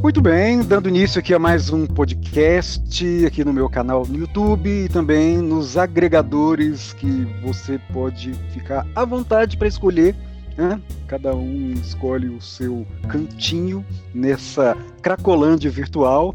Muito bem, dando início aqui a mais um podcast aqui no meu canal no YouTube e também nos agregadores que você pode ficar à vontade para escolher, né? Cada um escolhe o seu cantinho nessa Cracolândia virtual.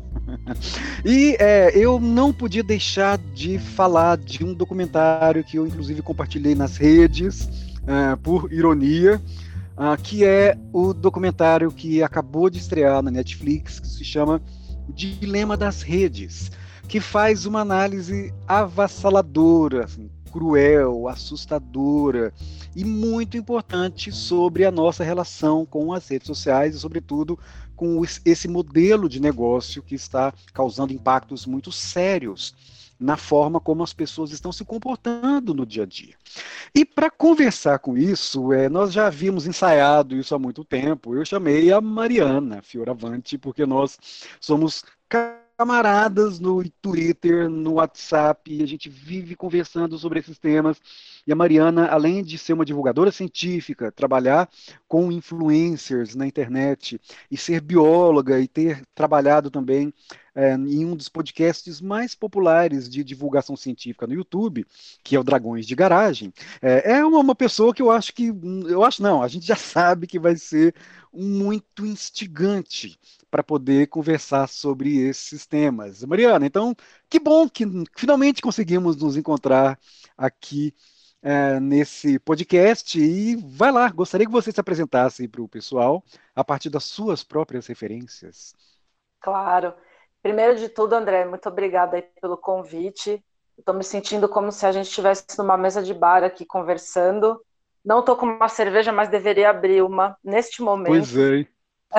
E eu não podia deixar de falar de um documentário que eu inclusive compartilhei nas redes, por ironia, que é o documentário que acabou de estrear na Netflix, que se chama O Dilema das Redes, que faz uma análise avassaladora, assim, cruel, assustadora e muito importante sobre a nossa relação com as redes sociais e, sobretudo, com esse modelo de negócio que está causando impactos muito sérios na forma como as pessoas estão se comportando no dia a dia. E para conversar com isso, nós já havíamos ensaiado isso há muito tempo. Eu chamei a Mariana Fioravanti, porque nós somos camaradas no Twitter, no WhatsApp, e a gente vive conversando sobre esses temas. E a Mariana, além de ser uma divulgadora científica, trabalhar com influencers na internet e ser bióloga e ter trabalhado também em um dos podcasts mais populares de divulgação científica no YouTube, que é o Dragões de Garagem, é uma pessoa que eu acho não, a gente já sabe que vai ser muito instigante para poder conversar sobre esses temas. Mariana, então, que bom que finalmente conseguimos nos encontrar aqui nesse podcast e vai lá, gostaria que você se apresentasse para o pessoal a partir das suas próprias referências. Claro. Primeiro de tudo, André, muito obrigada aí pelo convite. Estou me sentindo como se a gente estivesse numa mesa de bar aqui conversando. Não estou com uma cerveja, mas deveria abrir uma neste Pois momento, é.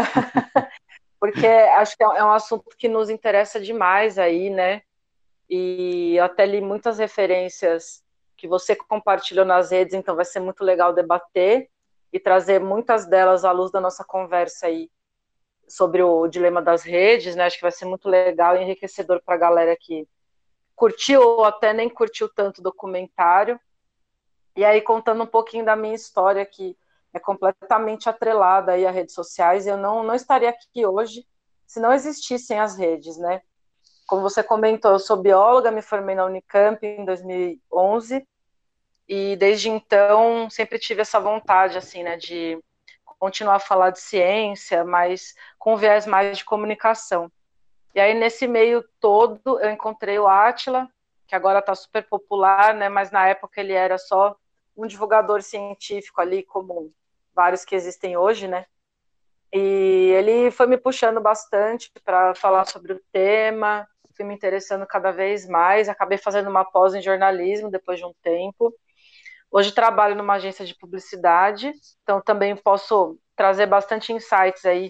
porque acho que é um assunto que nos interessa demais aí, né? E eu até li muitas referências que você compartilhou nas redes, então vai ser muito legal debater e trazer muitas delas à luz da nossa conversa aí sobre o dilema das redes, né? Acho que vai ser muito legal e enriquecedor para a galera que curtiu ou até nem curtiu tanto o documentário. E aí, contando um pouquinho da minha história, que é completamente atrelada aí a redes sociais, eu não estaria aqui hoje se não existissem as redes, né? Como você comentou, eu sou bióloga, me formei na Unicamp em 2011 e desde então sempre tive essa vontade, assim, né, de continuar a falar de ciência, mas com viés mais de comunicação. E aí, nesse meio todo, eu encontrei o Átila, que agora está super popular, né? Mas na época ele era só um divulgador científico ali, como vários que existem hoje, né? E ele foi me puxando bastante para falar sobre o tema, fui me interessando cada vez mais, acabei fazendo uma pós em jornalismo depois de um tempo. Hoje trabalho numa agência de publicidade, então também posso trazer bastante insights aí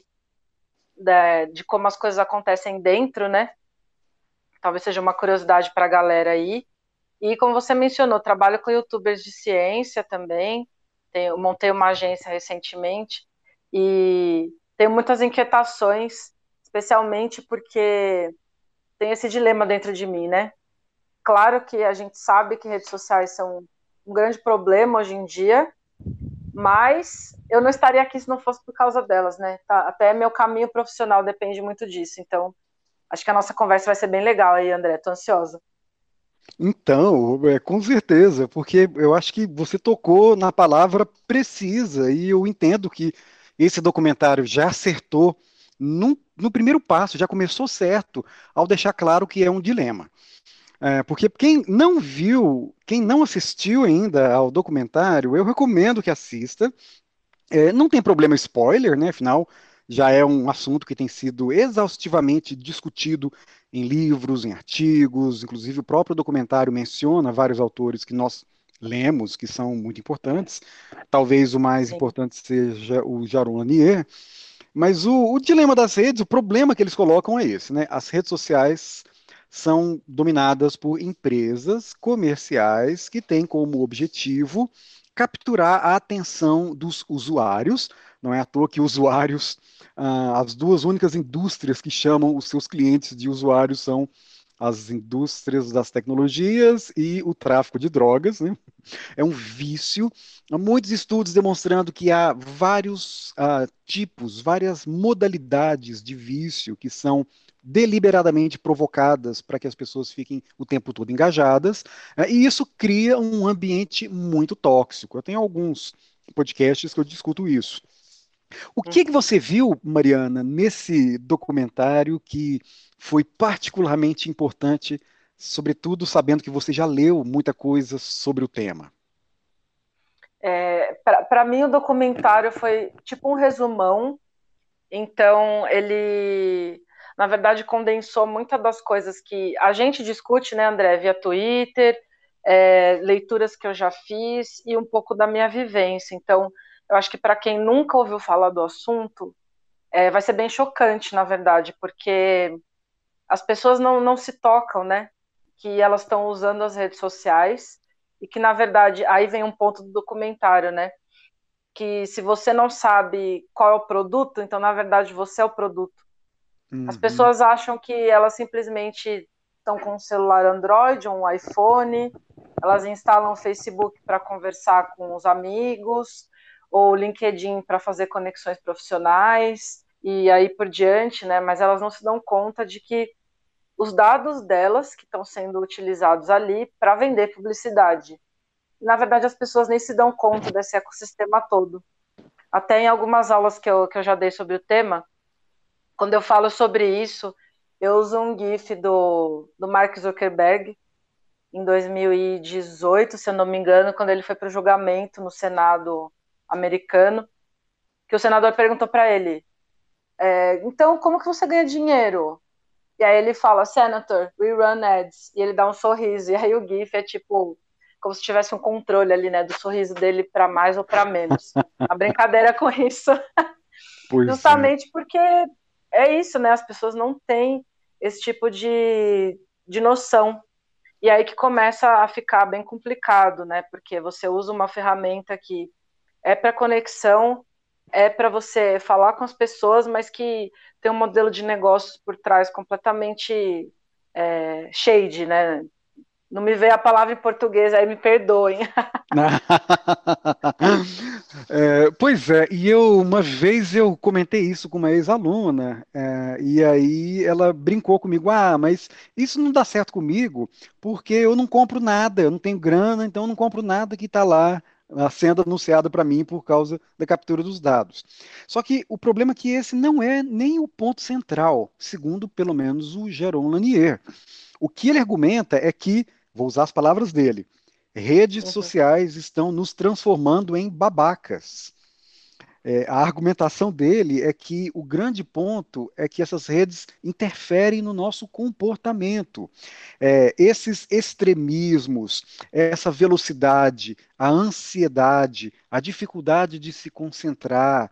de como as coisas acontecem dentro, né? Talvez seja uma curiosidade para a galera aí. E como você mencionou, trabalho com youtubers de ciência também. Montei uma agência recentemente e tenho muitas inquietações, especialmente porque tem esse dilema dentro de mim, né? Claro que a gente sabe que redes sociais são um grande problema hoje em dia, mas eu não estaria aqui se não fosse por causa delas, né? Até meu caminho profissional depende muito disso. Então, acho que a nossa conversa vai ser bem legal aí, André. Tô ansiosa. Então, com certeza, porque eu acho que você tocou na palavra precisa, e eu entendo que esse documentário já acertou no primeiro passo, já começou certo ao deixar claro que é um dilema. Porque quem não viu, quem não assistiu ainda ao documentário, eu recomendo que assista. Não tem problema spoiler, né? Afinal, já é um assunto que tem sido exaustivamente discutido em livros, em artigos, inclusive o próprio documentário menciona vários autores que nós lemos, que são muito importantes. Talvez o mais Sim. importante seja o Jaron Lanier, mas o dilema das redes, o problema que eles colocam é esse, né? As redes sociais são dominadas por empresas comerciais que têm como objetivo capturar a atenção dos usuários. Não é à toa que usuários, as duas únicas indústrias que chamam os seus clientes de usuários são as indústrias das tecnologias e o tráfico de drogas, né? É um vício. Há muitos estudos demonstrando que há vários tipos, várias modalidades de vício que são deliberadamente provocadas para que as pessoas fiquem o tempo todo engajadas, e isso cria um ambiente muito tóxico. Eu tenho alguns podcasts que eu discuto isso. O que Uhum. você viu, Mariana, nesse documentário que foi particularmente importante, sobretudo sabendo que você já leu muita coisa sobre o tema? Para mim, o documentário foi tipo um resumão. Então, ele, na verdade, condensou muitas das coisas que a gente discute, né, André, via Twitter, leituras que eu já fiz e um pouco da minha vivência. Então, eu acho que para quem nunca ouviu falar do assunto, vai ser bem chocante, na verdade, porque as pessoas não se tocam, né, que elas estão usando as redes sociais e que, na verdade, aí vem um ponto do documentário, né, que se você não sabe qual é o produto, então na verdade você é o produto. As Uhum, pessoas acham que elas simplesmente estão com um celular Android ou um iPhone, elas instalam o Facebook para conversar com os amigos, ou o LinkedIn para fazer conexões profissionais, e aí por diante, né? Mas elas não se dão conta de que os dados delas que estão sendo utilizados ali para vender publicidade. Na verdade, as pessoas nem se dão conta desse ecossistema todo. Até em algumas aulas que eu já dei sobre o tema, quando eu falo sobre isso, eu uso um GIF do Mark Zuckerberg, em 2018, se eu não me engano, quando ele foi para o julgamento no Senado americano, que o senador perguntou para ele: então, como que você ganha dinheiro? E aí ele fala: Senator, we run ads. E ele dá um sorriso. E aí o GIF é tipo, como se tivesse um controle ali, né, do sorriso dele para mais ou para menos. A brincadeira com isso. pois é. Justamente porque é isso, né? As pessoas não têm esse tipo de noção. E aí que começa a ficar bem complicado, né? Porque você usa uma ferramenta que é para conexão, é para você falar com as pessoas, mas que tem um modelo de negócios por trás completamente shade, né? Não me veio a palavra em português, aí me perdoem. Pois é, e uma vez eu comentei isso com uma ex-aluna, e aí ela brincou comigo, mas isso não dá certo comigo, porque eu não compro nada, eu não tenho grana, então eu não compro nada que está lá sendo anunciado para mim por causa da captura dos dados. Só que o problema é que esse não é nem o ponto central, segundo pelo menos o Jaron Lanier. O que ele argumenta é que, vou usar as palavras dele, redes Uhum. sociais estão nos transformando em babacas. A argumentação dele é que o grande ponto é que essas redes interferem no nosso comportamento. Esses extremismos, essa velocidade, a ansiedade, a dificuldade de se concentrar,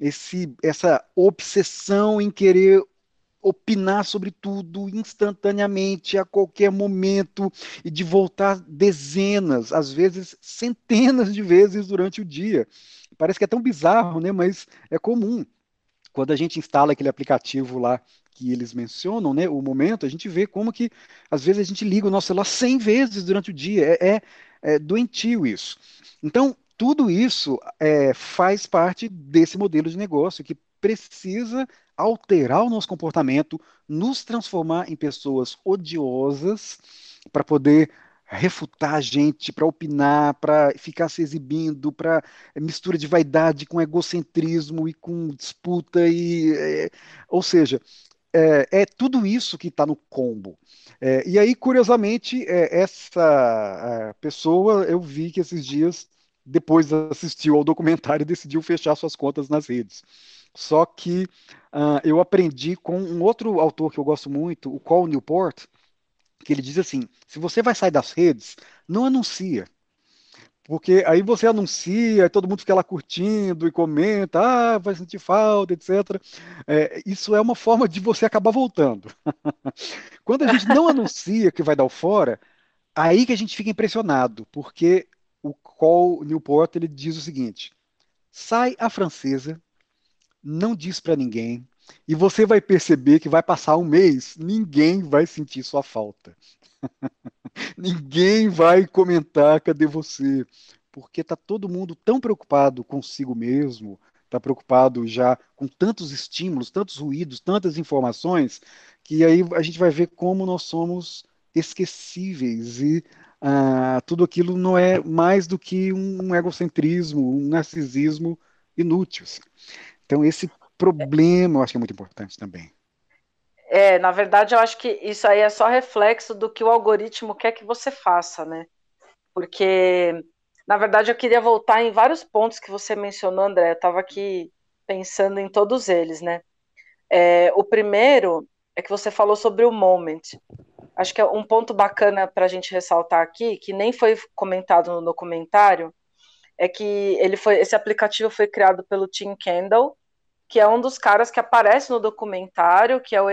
essa obsessão em querer opinar sobre tudo instantaneamente, a qualquer momento, e de voltar dezenas, às vezes centenas de vezes durante o dia. Parece que é tão bizarro, né? Mas é comum. Quando a gente instala aquele aplicativo lá que eles mencionam, né, o momento, a gente vê como que às vezes a gente liga o nosso celular 100 vezes durante o dia. É doentio isso. Então, tudo isso faz parte desse modelo de negócio que precisa alterar o nosso comportamento, nos transformar em pessoas odiosas para poder refutar a gente, para opinar, para ficar se exibindo, para mistura de vaidade com egocentrismo e com disputa ou seja, é tudo isso que está no combo. E aí, curiosamente, essa pessoa eu vi que esses dias, depois assistiu ao documentário, decidiu fechar suas contas nas redes. Só que eu aprendi com um outro autor que eu gosto muito, o Cal Newport, que ele diz assim: se você vai sair das redes, não anuncia. Porque aí você anuncia, todo mundo fica lá curtindo e comenta, vai sentir falta, etc. Isso é uma forma de você acabar voltando. Quando a gente não anuncia que vai dar o fora, aí que a gente fica impressionado, porque o Cole Newport ele diz o seguinte: sai a francesa, não diz para ninguém, E você vai perceber que vai passar um mês, ninguém vai sentir sua falta. Ninguém vai comentar cadê você, porque tá todo mundo tão preocupado consigo mesmo, tá preocupado já com tantos estímulos, tantos ruídos, tantas informações, que aí a gente vai ver como nós somos esquecíveis e tudo aquilo não é mais do que um egocentrismo, um narcisismo inútil, assim. Então esse problema eu acho que é muito importante também. Na verdade, eu acho que isso aí é só reflexo do que o algoritmo quer que você faça, né? Porque, na verdade, eu queria voltar em vários pontos que você mencionou, André. Eu estava aqui pensando em todos eles, né? O primeiro é que você falou sobre o moment. Acho que é um ponto bacana para a gente ressaltar aqui, que nem foi comentado no documentário, é que esse aplicativo foi criado pelo Tim Kendall, que é um dos caras que aparece no documentário, que é o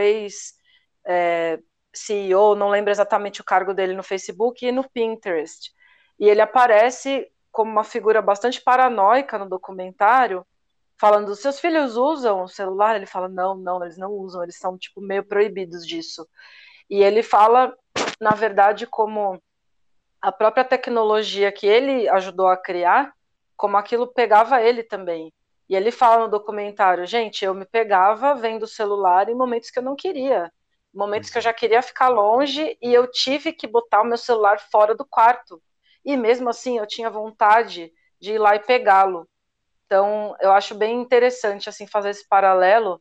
ex-CEO, não lembro exatamente o cargo dele no Facebook e no Pinterest. E ele aparece como uma figura bastante paranoica no documentário, falando, seus filhos usam o celular? Ele fala, não, não, eles não usam, eles são, tipo, meio proibidos disso. E ele fala, na verdade, como a própria tecnologia que ele ajudou a criar, como aquilo pegava ele também. E ele fala no documentário, gente, eu me pegava vendo o celular em momentos que eu não queria, momentos que Pois eu é. já queria ficar longe e eu tive que botar o meu celular fora do quarto. E mesmo assim eu tinha vontade de ir lá e pegá-lo. Então, eu acho bem interessante assim fazer esse paralelo,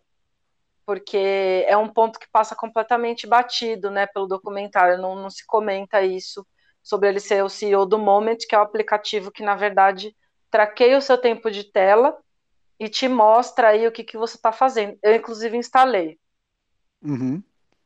porque é um ponto que passa completamente batido, né, pelo documentário, não se comenta isso, sobre ele ser o CEO do Moment, que é o aplicativo que, na verdade, traqueia o seu tempo de tela e te mostra aí o que você está fazendo. Eu, inclusive, instalei. Uhum,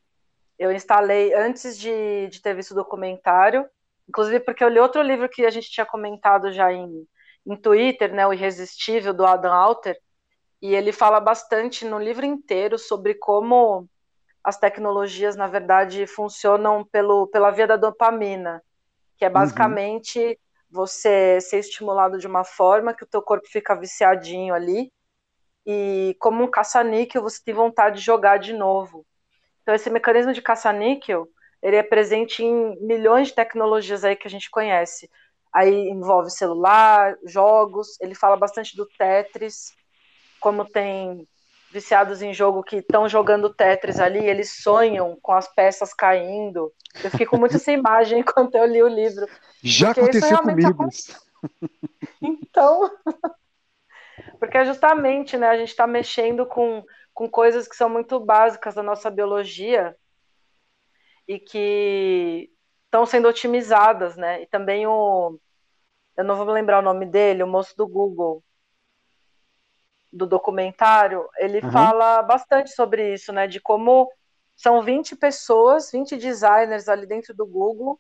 Eu instalei antes de ter visto o documentário, inclusive porque eu li outro livro que a gente tinha comentado já em Twitter, né, O Irresistível, do Adam Alter, e ele fala bastante no livro inteiro sobre como as tecnologias, na verdade, funcionam pela via da dopamina, que é uhum. basicamente você ser estimulado de uma forma que o teu corpo fica viciadinho ali, e como um caça-níquel, você tem vontade de jogar de novo. Então, esse mecanismo de caça-níquel, ele é presente em milhões de tecnologias aí que a gente conhece. Aí envolve celular, jogos, ele fala bastante do Tetris, como tem viciados em jogo que estão jogando Tetris ali, eles sonham com as peças caindo. Eu fiquei com muito essa imagem enquanto eu li o livro, Já porque isso aconteceu realmente comigo acontece. isso. Então, porque é justamente, né, a gente está mexendo com coisas que são muito básicas da nossa biologia e que estão sendo otimizadas, né? E também eu não vou me lembrar o nome dele, o moço do Google, do documentário, ele Aham, fala bastante sobre isso, né? De como são 20 pessoas, 20 designers ali dentro do Google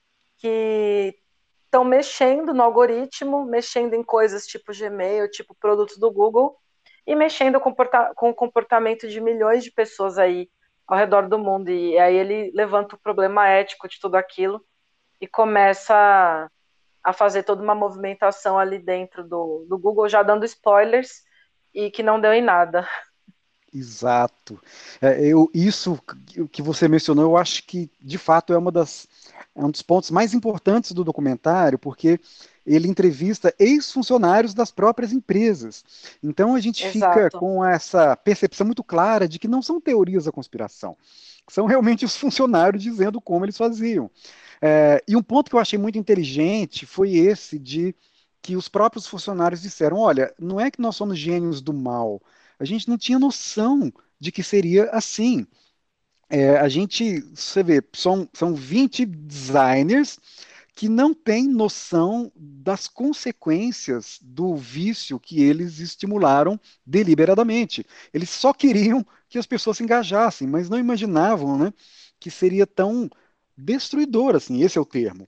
que estão mexendo no algoritmo, mexendo em coisas tipo Gmail, tipo produtos do Google, e mexendo com o comportamento de milhões de pessoas aí ao redor do mundo. E aí ele levanta o problema ético de tudo aquilo e começa a fazer toda uma movimentação ali dentro do Google, já dando spoilers, e que não deu em nada. exato. Isso que você mencionou, eu acho que de fato é um dos pontos mais importantes do documentário, porque ele entrevista ex-funcionários das próprias empresas. Então a gente fica Exato. com essa percepção muito clara de que não são teorias da conspiração, são realmente os funcionários dizendo como eles faziam. E um ponto que eu achei muito inteligente foi esse de que os próprios funcionários disseram: olha, não é que nós somos gênios do mal, a gente não tinha noção de que seria assim. A gente, você vê, são 20 designers que não têm noção das consequências do vício que eles estimularam deliberadamente. Eles só queriam que as pessoas se engajassem, mas não imaginavam, né, que seria tão destruidor, assim, esse é o termo.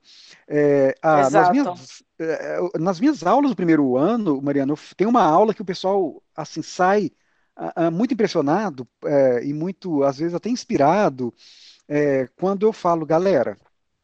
Exato. Nas minhas aulas do primeiro ano, Mariana, tem uma aula que o pessoal assim sai muito impressionado e muito, às vezes, até inspirado quando eu falo, galera,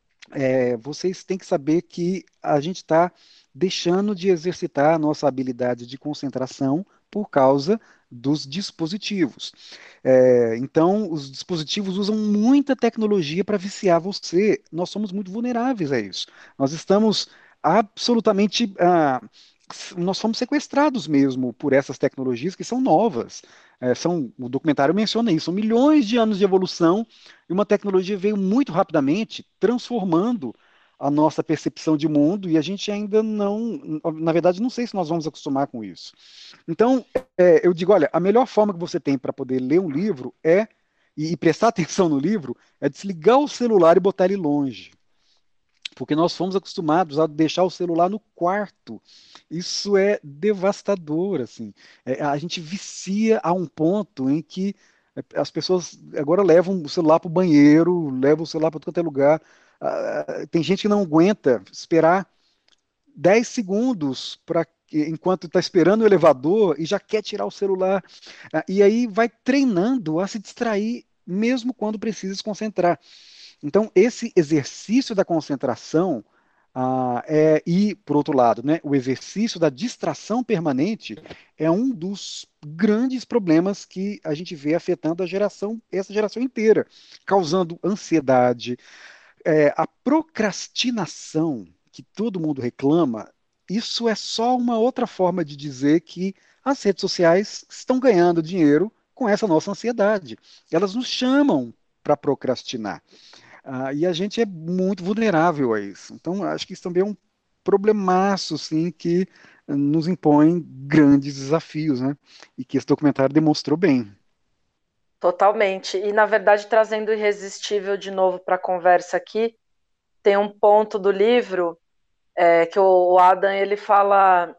vocês têm que saber que a gente está deixando de exercitar a nossa habilidade de concentração por causa dos dispositivos. Então, os dispositivos usam muita tecnologia para viciar você. Nós somos muito vulneráveis a isso. Nós estamos absolutamente. Nós fomos sequestrados mesmo por essas tecnologias que são novas. O documentário menciona isso, são milhões de anos de evolução e uma tecnologia veio muito rapidamente, transformando a nossa percepção de mundo e a gente ainda não, na verdade, não sei se nós vamos acostumar com isso. Então, eu digo, olha, a melhor forma que você tem para poder ler um livro e prestar atenção no livro, é desligar o celular e botar ele longe. Porque nós fomos acostumados a deixar o celular no quarto. Isso é devastador, assim. A gente vicia a um ponto em que as pessoas agora levam o celular para o banheiro, levam o celular para todo lugar. Tem gente que não aguenta esperar 10 segundos enquanto está esperando o elevador e já quer tirar o celular. E aí vai treinando a se distrair mesmo quando precisa se concentrar. Então, esse exercício da concentração e, por outro lado, né, o exercício da distração permanente é um dos grandes problemas que a gente vê afetando essa geração inteira, causando ansiedade, a procrastinação que todo mundo reclama. Isso é só uma outra forma de dizer que as redes sociais estão ganhando dinheiro com essa nossa ansiedade. Elas nos chamam para procrastinar. E a gente é muito vulnerável a isso. Então, acho que isso também é um problemaço, sim, que nos impõe grandes desafios, né? E que esse documentário demonstrou bem. Totalmente. E, na verdade, trazendo o Irresistível de novo para a conversa aqui, tem um ponto do livro que o Adam ele fala.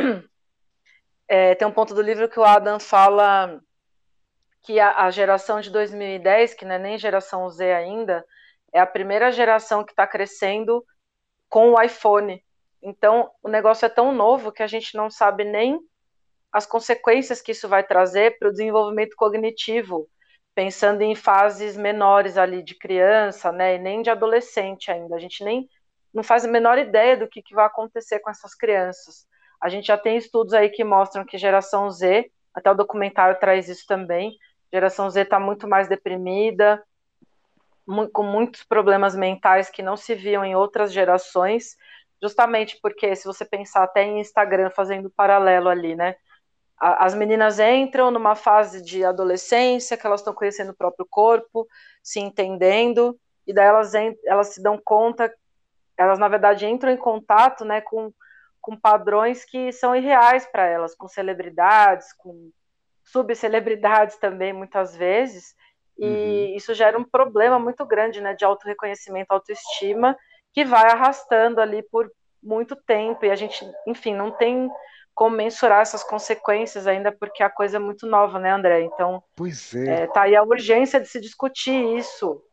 Tem um ponto do livro que o Adam fala que a geração de 2010, que não é nem geração Z ainda, é a primeira geração que está crescendo com o iPhone. Então, o negócio é tão novo que a gente não sabe nem as consequências que isso vai trazer para o desenvolvimento cognitivo, pensando em fases menores ali de criança, né, e nem de adolescente ainda. A gente nem não faz a menor ideia do que vai acontecer com essas crianças. A gente já tem estudos aí que mostram que geração Z, até o documentário traz isso também, geração Z está muito mais deprimida, com muitos problemas mentais que não se viam em outras gerações, justamente porque, se você pensar até em Instagram, fazendo paralelo ali, né? As meninas entram numa fase de adolescência, que elas estão conhecendo o próprio corpo, se entendendo, e daí elas se dão conta, elas na verdade entram em contato, né, com padrões que são irreais para elas, com celebridades, com subcelebridades também, muitas vezes, Uhum. e isso gera um problema muito grande, né, de autorreconhecimento, autoestima, que vai arrastando ali por muito tempo, e a gente, enfim, não tem como mensurar essas consequências ainda, porque a coisa é muito nova, né, André? Então, Pois é, tá aí a urgência de se discutir isso.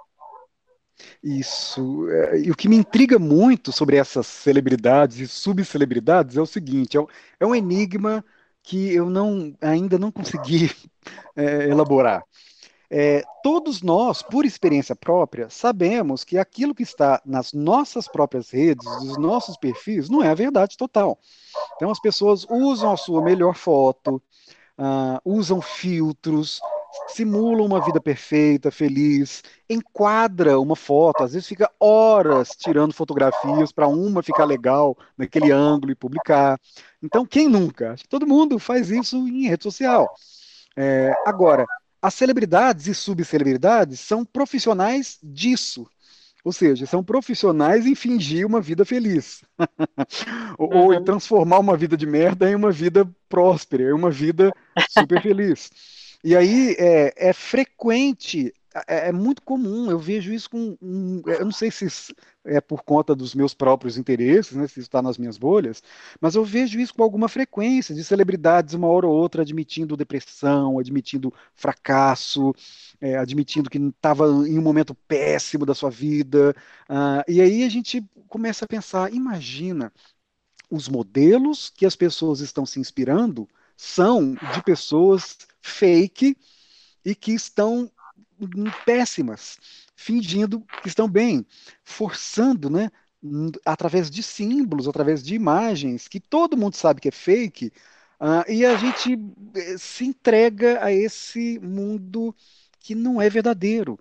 isso. E o que me intriga muito sobre essas celebridades e subcelebridades é o seguinte: é um enigma que eu ainda não consegui elaborar. Todos nós, por experiência própria, sabemos que aquilo que está nas nossas próprias redes, nos nossos perfis, não é a verdade total. Então, as pessoas usam a sua melhor foto, usam filtros, simulam uma vida perfeita, feliz, enquadra uma foto, às vezes fica horas tirando fotografias para uma ficar legal naquele ângulo e publicar. Então, quem nunca? Acho que todo mundo faz isso em rede social. Agora, as celebridades e subcelebridades são profissionais disso. Ou seja, são profissionais em fingir uma vida feliz, ou em Uhum. transformar uma vida de merda em uma vida próspera, em uma vida super feliz. E aí é frequente, é muito comum, eu vejo isso eu não sei se isso é por conta dos meus próprios interesses, né, se isso está nas minhas bolhas, mas eu vejo isso com alguma frequência, de celebridades uma hora ou outra admitindo depressão, admitindo fracasso, admitindo que estava em um momento péssimo da sua vida. E aí a gente começa a pensar, imagina, os modelos que as pessoas estão se inspirando são de pessoas fake e que estão péssimas, fingindo que estão bem, forçando, né, através de símbolos, através de imagens que todo mundo sabe que é fake, E a gente se entrega a esse mundo que não é verdadeiro.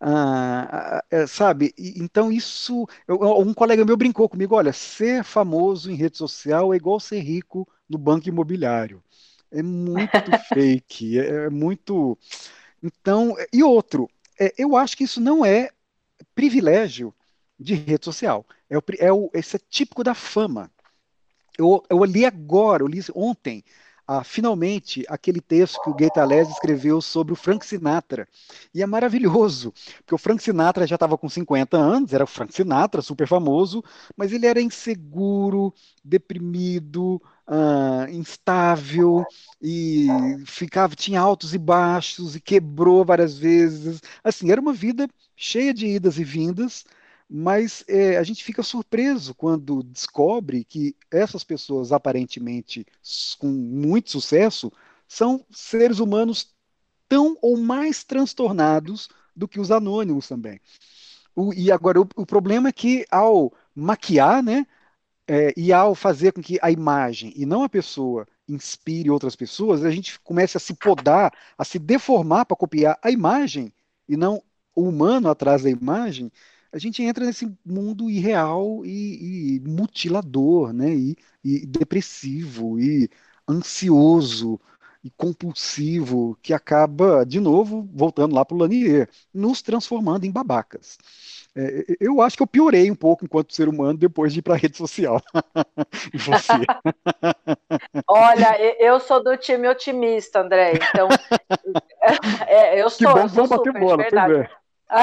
Sabe? Então, isso. Um colega meu brincou comigo: olha, ser famoso em rede social é igual ser rico no banco imobiliário. É muito fake, é muito. Então, e outro, eu acho que isso não é privilégio de rede social. Esse é típico da fama. Eu li agora, eu li ontem, finalmente, aquele texto que o Gaita Talese escreveu sobre o Frank Sinatra. E é maravilhoso, porque o Frank Sinatra já estava com 50 anos, era o Frank Sinatra, super famoso, mas ele era inseguro, deprimido, instável, e tinha altos e baixos, e quebrou várias vezes. Assim, era uma vida cheia de idas e vindas, mas a gente fica surpreso quando descobre que essas pessoas, aparentemente com muito sucesso, são seres humanos tão ou mais transtornados do que os anônimos também. E agora, o problema é que ao maquiar, né, e ao fazer com que a imagem e não a pessoa inspire outras pessoas, a gente começa a se podar, a se deformar para copiar a imagem e não o humano atrás da imagem. A gente entra nesse mundo irreal e mutilador, né? E depressivo e ansioso e compulsivo, que acaba, de novo, voltando lá para o Lanier, nos transformando em babacas. Eu acho que eu piorei um pouco enquanto ser humano depois de ir para a rede social. E você? Olha, eu sou do time otimista, André. Então, Que bom, eu sou vamos bater super, de bola, pois verdade. é.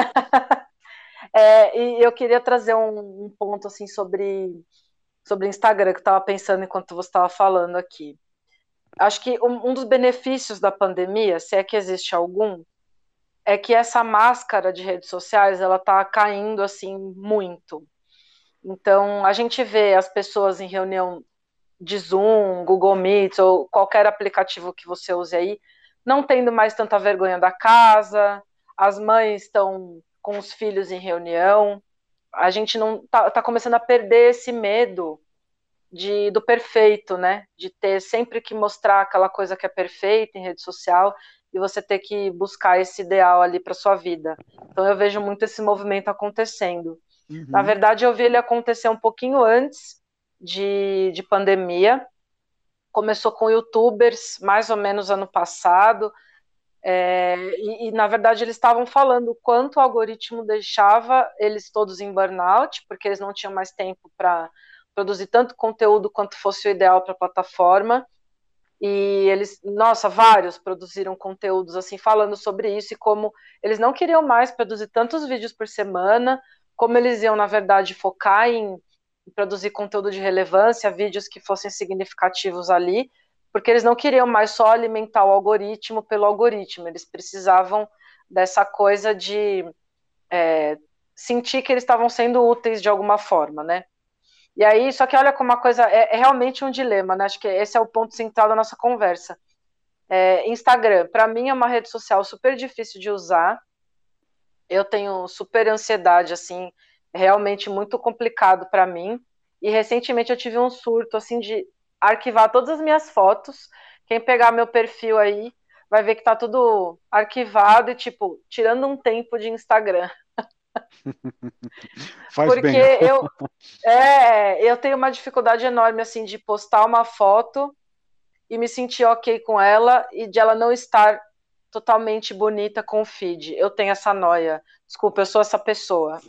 E eu queria trazer um ponto assim sobre Instagram que eu estava pensando enquanto você estava falando aqui. Acho que um dos benefícios da pandemia, se é que existe algum, é que essa máscara de redes sociais ela está caindo assim muito. Então a gente vê as pessoas em reunião de Zoom, Google Meet ou qualquer aplicativo que você use aí, não tendo mais tanta vergonha da casa, as mães estão com os filhos em reunião, a gente não tá começando a perder esse medo do perfeito, né? De ter sempre que mostrar aquela coisa que é perfeita em rede social e você ter que buscar esse ideal ali para sua vida. Então eu vejo muito esse movimento acontecendo. Na Uhum, verdade, eu vi ele acontecer um pouquinho antes de pandemia. Começou com youtubers, mais ou menos ano passado, na verdade eles estavam falando o quanto o algoritmo deixava eles todos em burnout, porque eles não tinham mais tempo para produzir tanto conteúdo quanto fosse o ideal para a plataforma. E eles, nossa, vários produziram conteúdos assim falando sobre isso e como eles não queriam mais produzir tantos vídeos por semana, como eles iam, na verdade, focar em produzir conteúdo de relevância, vídeos que fossem significativos ali, porque eles não queriam mais só alimentar o algoritmo pelo algoritmo, eles precisavam dessa coisa de sentir que eles estavam sendo úteis de alguma forma, né? E aí, só que olha como uma coisa é realmente um dilema, né? Acho que esse é o ponto central da nossa conversa. Instagram, para mim, é uma rede social super difícil de usar. Eu tenho super ansiedade, assim, realmente muito complicado para mim. E recentemente eu tive um surto, assim, de arquivar todas as minhas fotos. Quem pegar meu perfil aí vai ver que tá tudo arquivado e, tipo, tirando um tempo de Instagram. faz Porque bem. eu tenho uma dificuldade enorme, assim, de postar uma foto e me sentir ok com ela e de ela não estar totalmente bonita com o feed. Eu tenho essa noia. Desculpa, eu sou essa pessoa.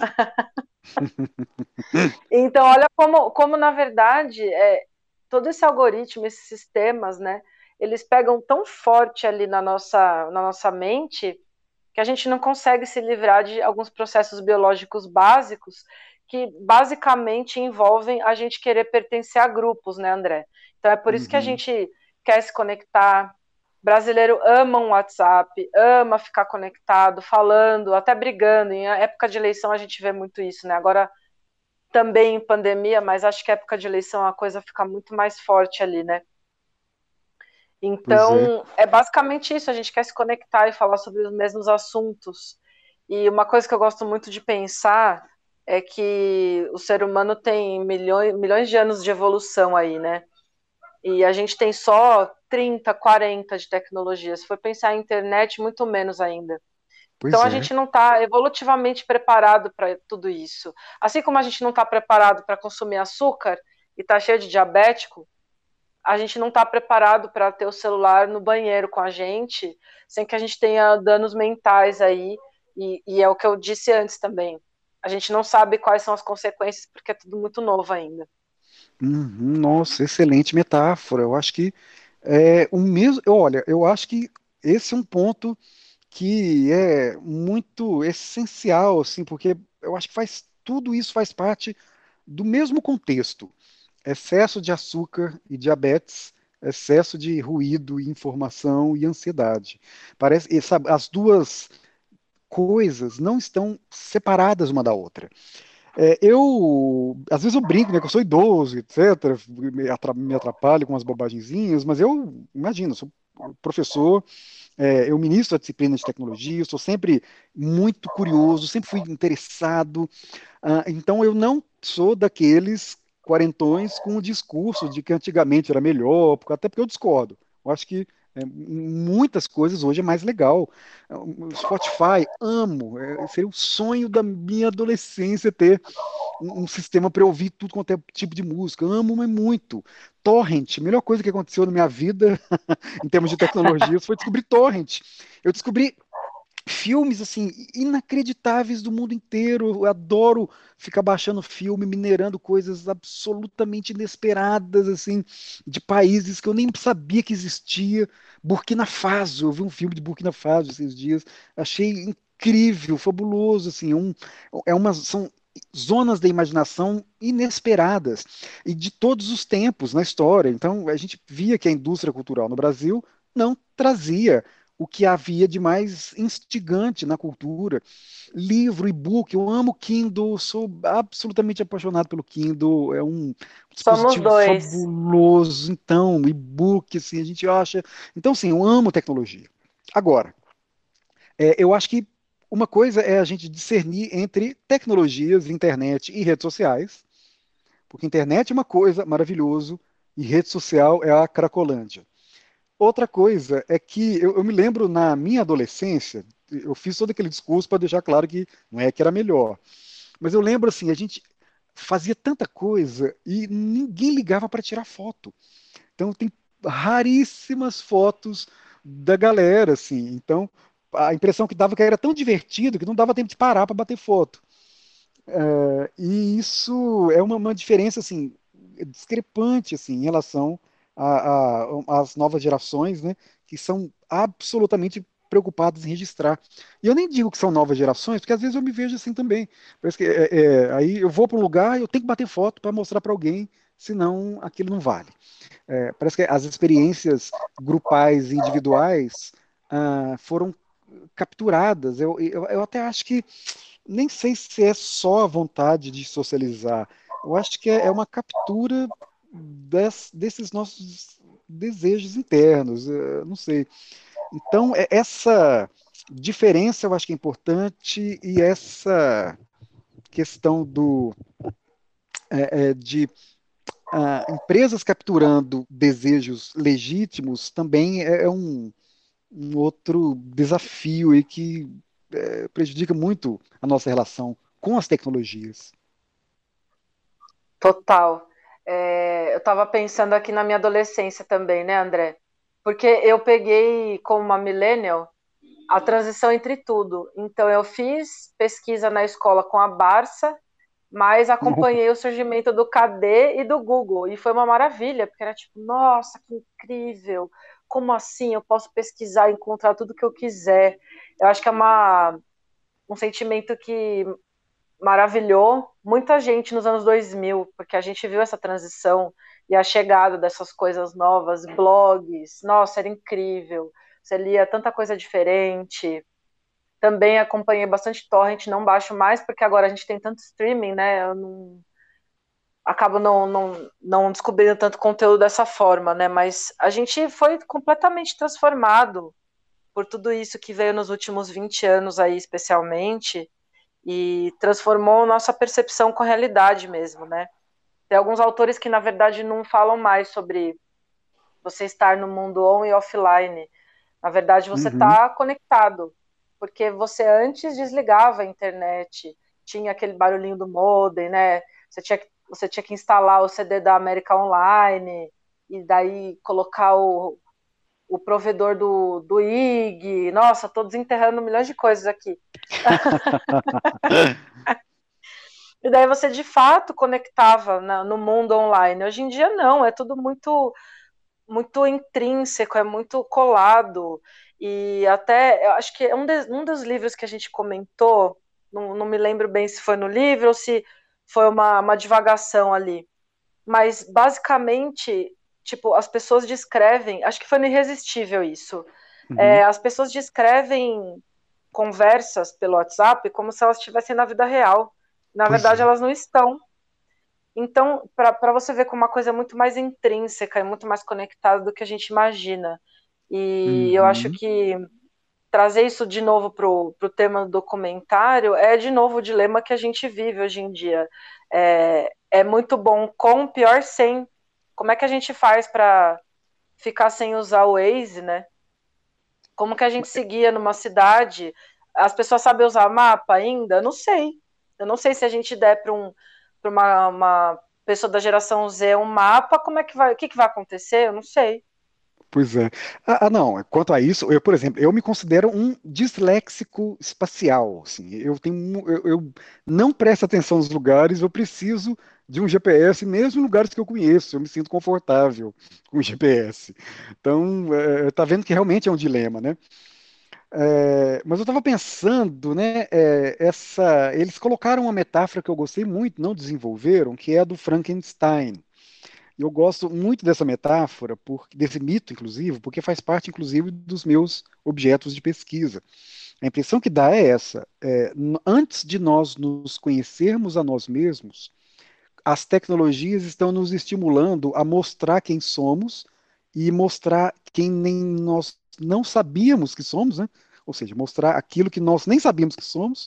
Então, olha como na verdade, todo esse algoritmo, esses sistemas, né, eles pegam tão forte ali na nossa mente que a gente não consegue se livrar de alguns processos biológicos básicos que basicamente envolvem a gente querer pertencer a grupos, né, André? Então é por isso que a Uhum, gente quer se conectar. Brasileiro ama um WhatsApp, ama ficar conectado, falando, até brigando. Em época de eleição a gente vê muito isso, né? Agora também em pandemia, mas acho que época de eleição a coisa fica muito mais forte ali, né? pois é. Então, é basicamente isso, a gente quer se conectar e falar sobre os mesmos assuntos. E uma coisa que eu gosto muito de pensar é que o ser humano tem milhões de anos de evolução aí, né? E a gente tem só 30, 40 de tecnologia. Se for pensar em internet, muito menos ainda. Então Pois a é. gente não está evolutivamente preparado para tudo isso. Assim como a gente não está preparado para consumir açúcar e está cheio de diabético, a gente não está preparado para ter o celular no banheiro com a gente, sem que a gente tenha danos mentais aí. E é o que eu disse antes também. A gente não sabe quais são as consequências porque é tudo muito novo ainda. Uhum, nossa, excelente metáfora. Eu acho que é o mesmo. Olha, eu acho que esse é um ponto que é muito essencial, assim, porque eu acho que tudo isso faz parte do mesmo contexto. Excesso de açúcar e diabetes, excesso de ruído, informação e ansiedade. Parece, e, sabe, as duas coisas não estão separadas uma da outra. Às vezes eu brinco, né, que eu sou idoso, etc, me atrapalho com as bobagenzinhas, mas eu, imagino, sou professor, eu ministro a disciplina de tecnologia, eu sou sempre muito curioso, sempre fui interessado. Então eu não sou daqueles quarentões com o discurso de que antigamente era melhor, até porque eu discordo. Eu acho que muitas coisas hoje é mais legal. O Spotify, amo. Seria o sonho da minha adolescência ter um sistema para eu ouvir tudo quanto é tipo de música. Amo, mas muito. Torrent, a melhor coisa que aconteceu na minha vida em termos de tecnologias foi descobrir Torrent. Eu descobri filmes assim inacreditáveis do mundo inteiro. Eu adoro ficar baixando filme, minerando coisas absolutamente inesperadas assim de países que eu nem sabia que existia. Burkina Faso, eu vi um filme de Burkina Faso esses dias, achei incrível, fabuloso assim, são zonas da imaginação inesperadas e de todos os tempos na história. Então a gente via que a indústria cultural no Brasil não trazia o que havia de mais instigante na cultura. Livro, e-book, eu amo Kindle, sou absolutamente apaixonado pelo Kindle, é um Somos dispositivo dois. fabuloso. Então, e-book, assim, a gente acha. Então, sim, eu amo tecnologia. Agora, eu acho que uma coisa é a gente discernir entre tecnologias, internet e redes sociais, porque internet é uma coisa maravilhoso e rede social é a Cracolândia. Outra coisa é que eu me lembro na minha adolescência, eu fiz todo aquele discurso para deixar claro que não é que era melhor, mas eu lembro assim, a gente fazia tanta coisa e ninguém ligava para tirar foto. Então tem raríssimas fotos da galera, assim. Então a impressão que dava que era tão divertido que não dava tempo de parar para bater foto. E isso é uma diferença assim discrepante assim em relação às novas gerações, né, que são absolutamente preocupadas em registrar. E eu nem digo que são novas gerações, porque às vezes eu me vejo assim também. Parece que aí eu vou para um lugar e eu tenho que bater foto para mostrar para alguém, senão aquilo não vale. Parece que as experiências grupais e individuais foram capturadas. Eu até acho que nem sei se é só a vontade de socializar. Eu acho que é uma captura desses nossos desejos internos. Não sei. Então, essa diferença eu acho que é importante e essa questão de empresas capturando desejos legítimos também é um outro desafio e que prejudica muito a nossa relação com as tecnologias. Total. Eu estava pensando aqui na minha adolescência também, né, André? Porque eu peguei, como uma millennial, a transição entre tudo. Então, eu fiz pesquisa na escola com a Barça, mas acompanhei o surgimento do KD e do Google. E foi uma maravilha, porque era tipo, nossa, que incrível! Como assim? Eu posso pesquisar e encontrar tudo que eu quiser. Eu acho que é um sentimento que maravilhou muita gente nos anos 2000, porque a gente viu essa transição e a chegada dessas coisas novas, blogs, nossa, era incrível. Você lia tanta coisa diferente. Também acompanhei bastante torrent, não baixo mais, porque agora a gente tem tanto streaming, né? Eu não, acabo não descobrindo tanto conteúdo dessa forma, né? Mas a gente foi completamente transformado por tudo isso que veio nos últimos 20 anos aí, especialmente, e transformou nossa percepção com a realidade mesmo, né? Tem alguns autores que, na verdade, não falam mais sobre você estar no mundo on e offline. Na verdade, você Uhum. está conectado, porque você antes desligava a internet, tinha aquele barulhinho do modem, né? Você tinha que instalar o CD da América Online, e daí colocar o provedor do IG. Nossa, estou desenterrando milhões de coisas aqui. E daí você de fato conectava no mundo online. Hoje em dia não, é tudo muito muito intrínseco, é muito colado. E até, eu acho que é um dos livros que a gente comentou, não me lembro bem se foi no livro ou se foi uma divagação ali. Mas, basicamente, tipo, as pessoas descrevem, acho que foi no Irresistível isso, Uhum. as pessoas descrevem conversas pelo WhatsApp como se elas estivessem na vida real. Na Pois verdade, é. elas não estão. Então, para você ver como uma coisa é muito mais intrínseca e muito mais conectada do que a gente imagina. E eu acho Uhum. que trazer isso de novo para o tema do documentário é de novo o dilema que a gente vive hoje em dia. É muito bom com, pior sem. Como é que a gente faz para ficar sem usar o Waze, né? Como que a gente seguia numa cidade? As pessoas sabem usar mapa ainda? Eu não sei. Eu não sei se a gente der para uma pessoa da geração Z um mapa, como é que vai, o que vai acontecer? Eu não sei. Pois é. Não, quanto a isso, eu, por exemplo, eu me considero um disléxico espacial, assim, eu não presto atenção nos lugares, eu preciso de um GPS, mesmo em lugares que eu conheço, eu me sinto confortável com o GPS. Então, tá vendo que realmente é um dilema, né? Mas eu estava pensando, né, eles colocaram uma metáfora que eu gostei muito, não desenvolveram, que é a do Frankenstein. E eu gosto muito dessa metáfora, desse mito, inclusive, porque faz parte, inclusive, dos meus objetos de pesquisa. A impressão que dá é essa: antes de nós nos conhecermos a nós mesmos, as tecnologias estão nos estimulando a mostrar quem somos e mostrar quem nem nós não sabíamos que somos, né? Ou seja, mostrar aquilo que nós nem sabíamos que somos,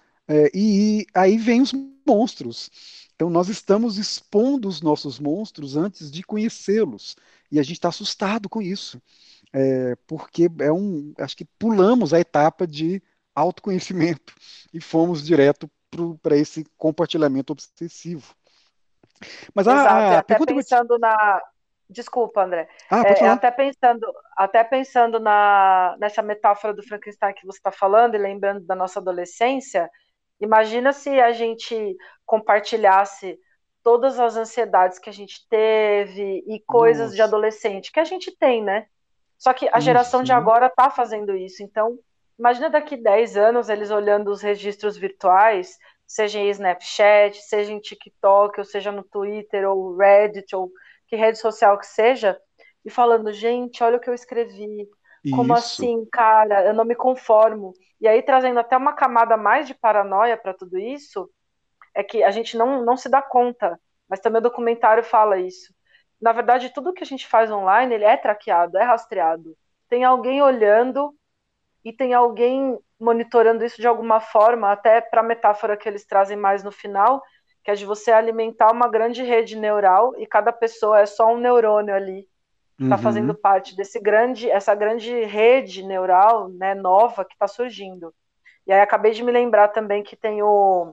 e aí vem os monstros. Então, nós estamos expondo os nossos monstros antes de conhecê-los. E a gente está assustado com isso, porque acho que pulamos a etapa de autoconhecimento e fomos direto para esse compartilhamento obsessivo. Mas Exato. E a até pergunta que eu te... pensando na. Desculpa, André. Pode É falar. até pensando nessa metáfora do Frankenstein que você está falando e lembrando da nossa adolescência, imagina se a gente compartilhasse todas as ansiedades que a gente teve e coisas de Nossa. adolescente que a gente tem, né? Só que a geração de Uhum. agora está fazendo isso. Então, imagina daqui 10 anos eles olhando os registros virtuais, seja em Snapchat, seja em TikTok, ou seja no Twitter, ou Reddit, ou que rede social que seja, e falando, gente, olha o que eu escrevi. Como Isso. assim, cara? Eu não me conformo. E aí, trazendo até uma camada mais de paranoia para tudo isso, é que a gente não se dá conta, mas também o documentário fala isso. Na verdade, tudo que a gente faz online, ele é traqueado, é rastreado. Tem alguém olhando e tem alguém monitorando isso de alguma forma, até para a metáfora que eles trazem mais no final, que é de você alimentar uma grande rede neural e cada pessoa é só um neurônio ali, que está fazendo Uhum. parte essa grande rede neural, né, nova que está surgindo. E aí acabei de me lembrar também que tem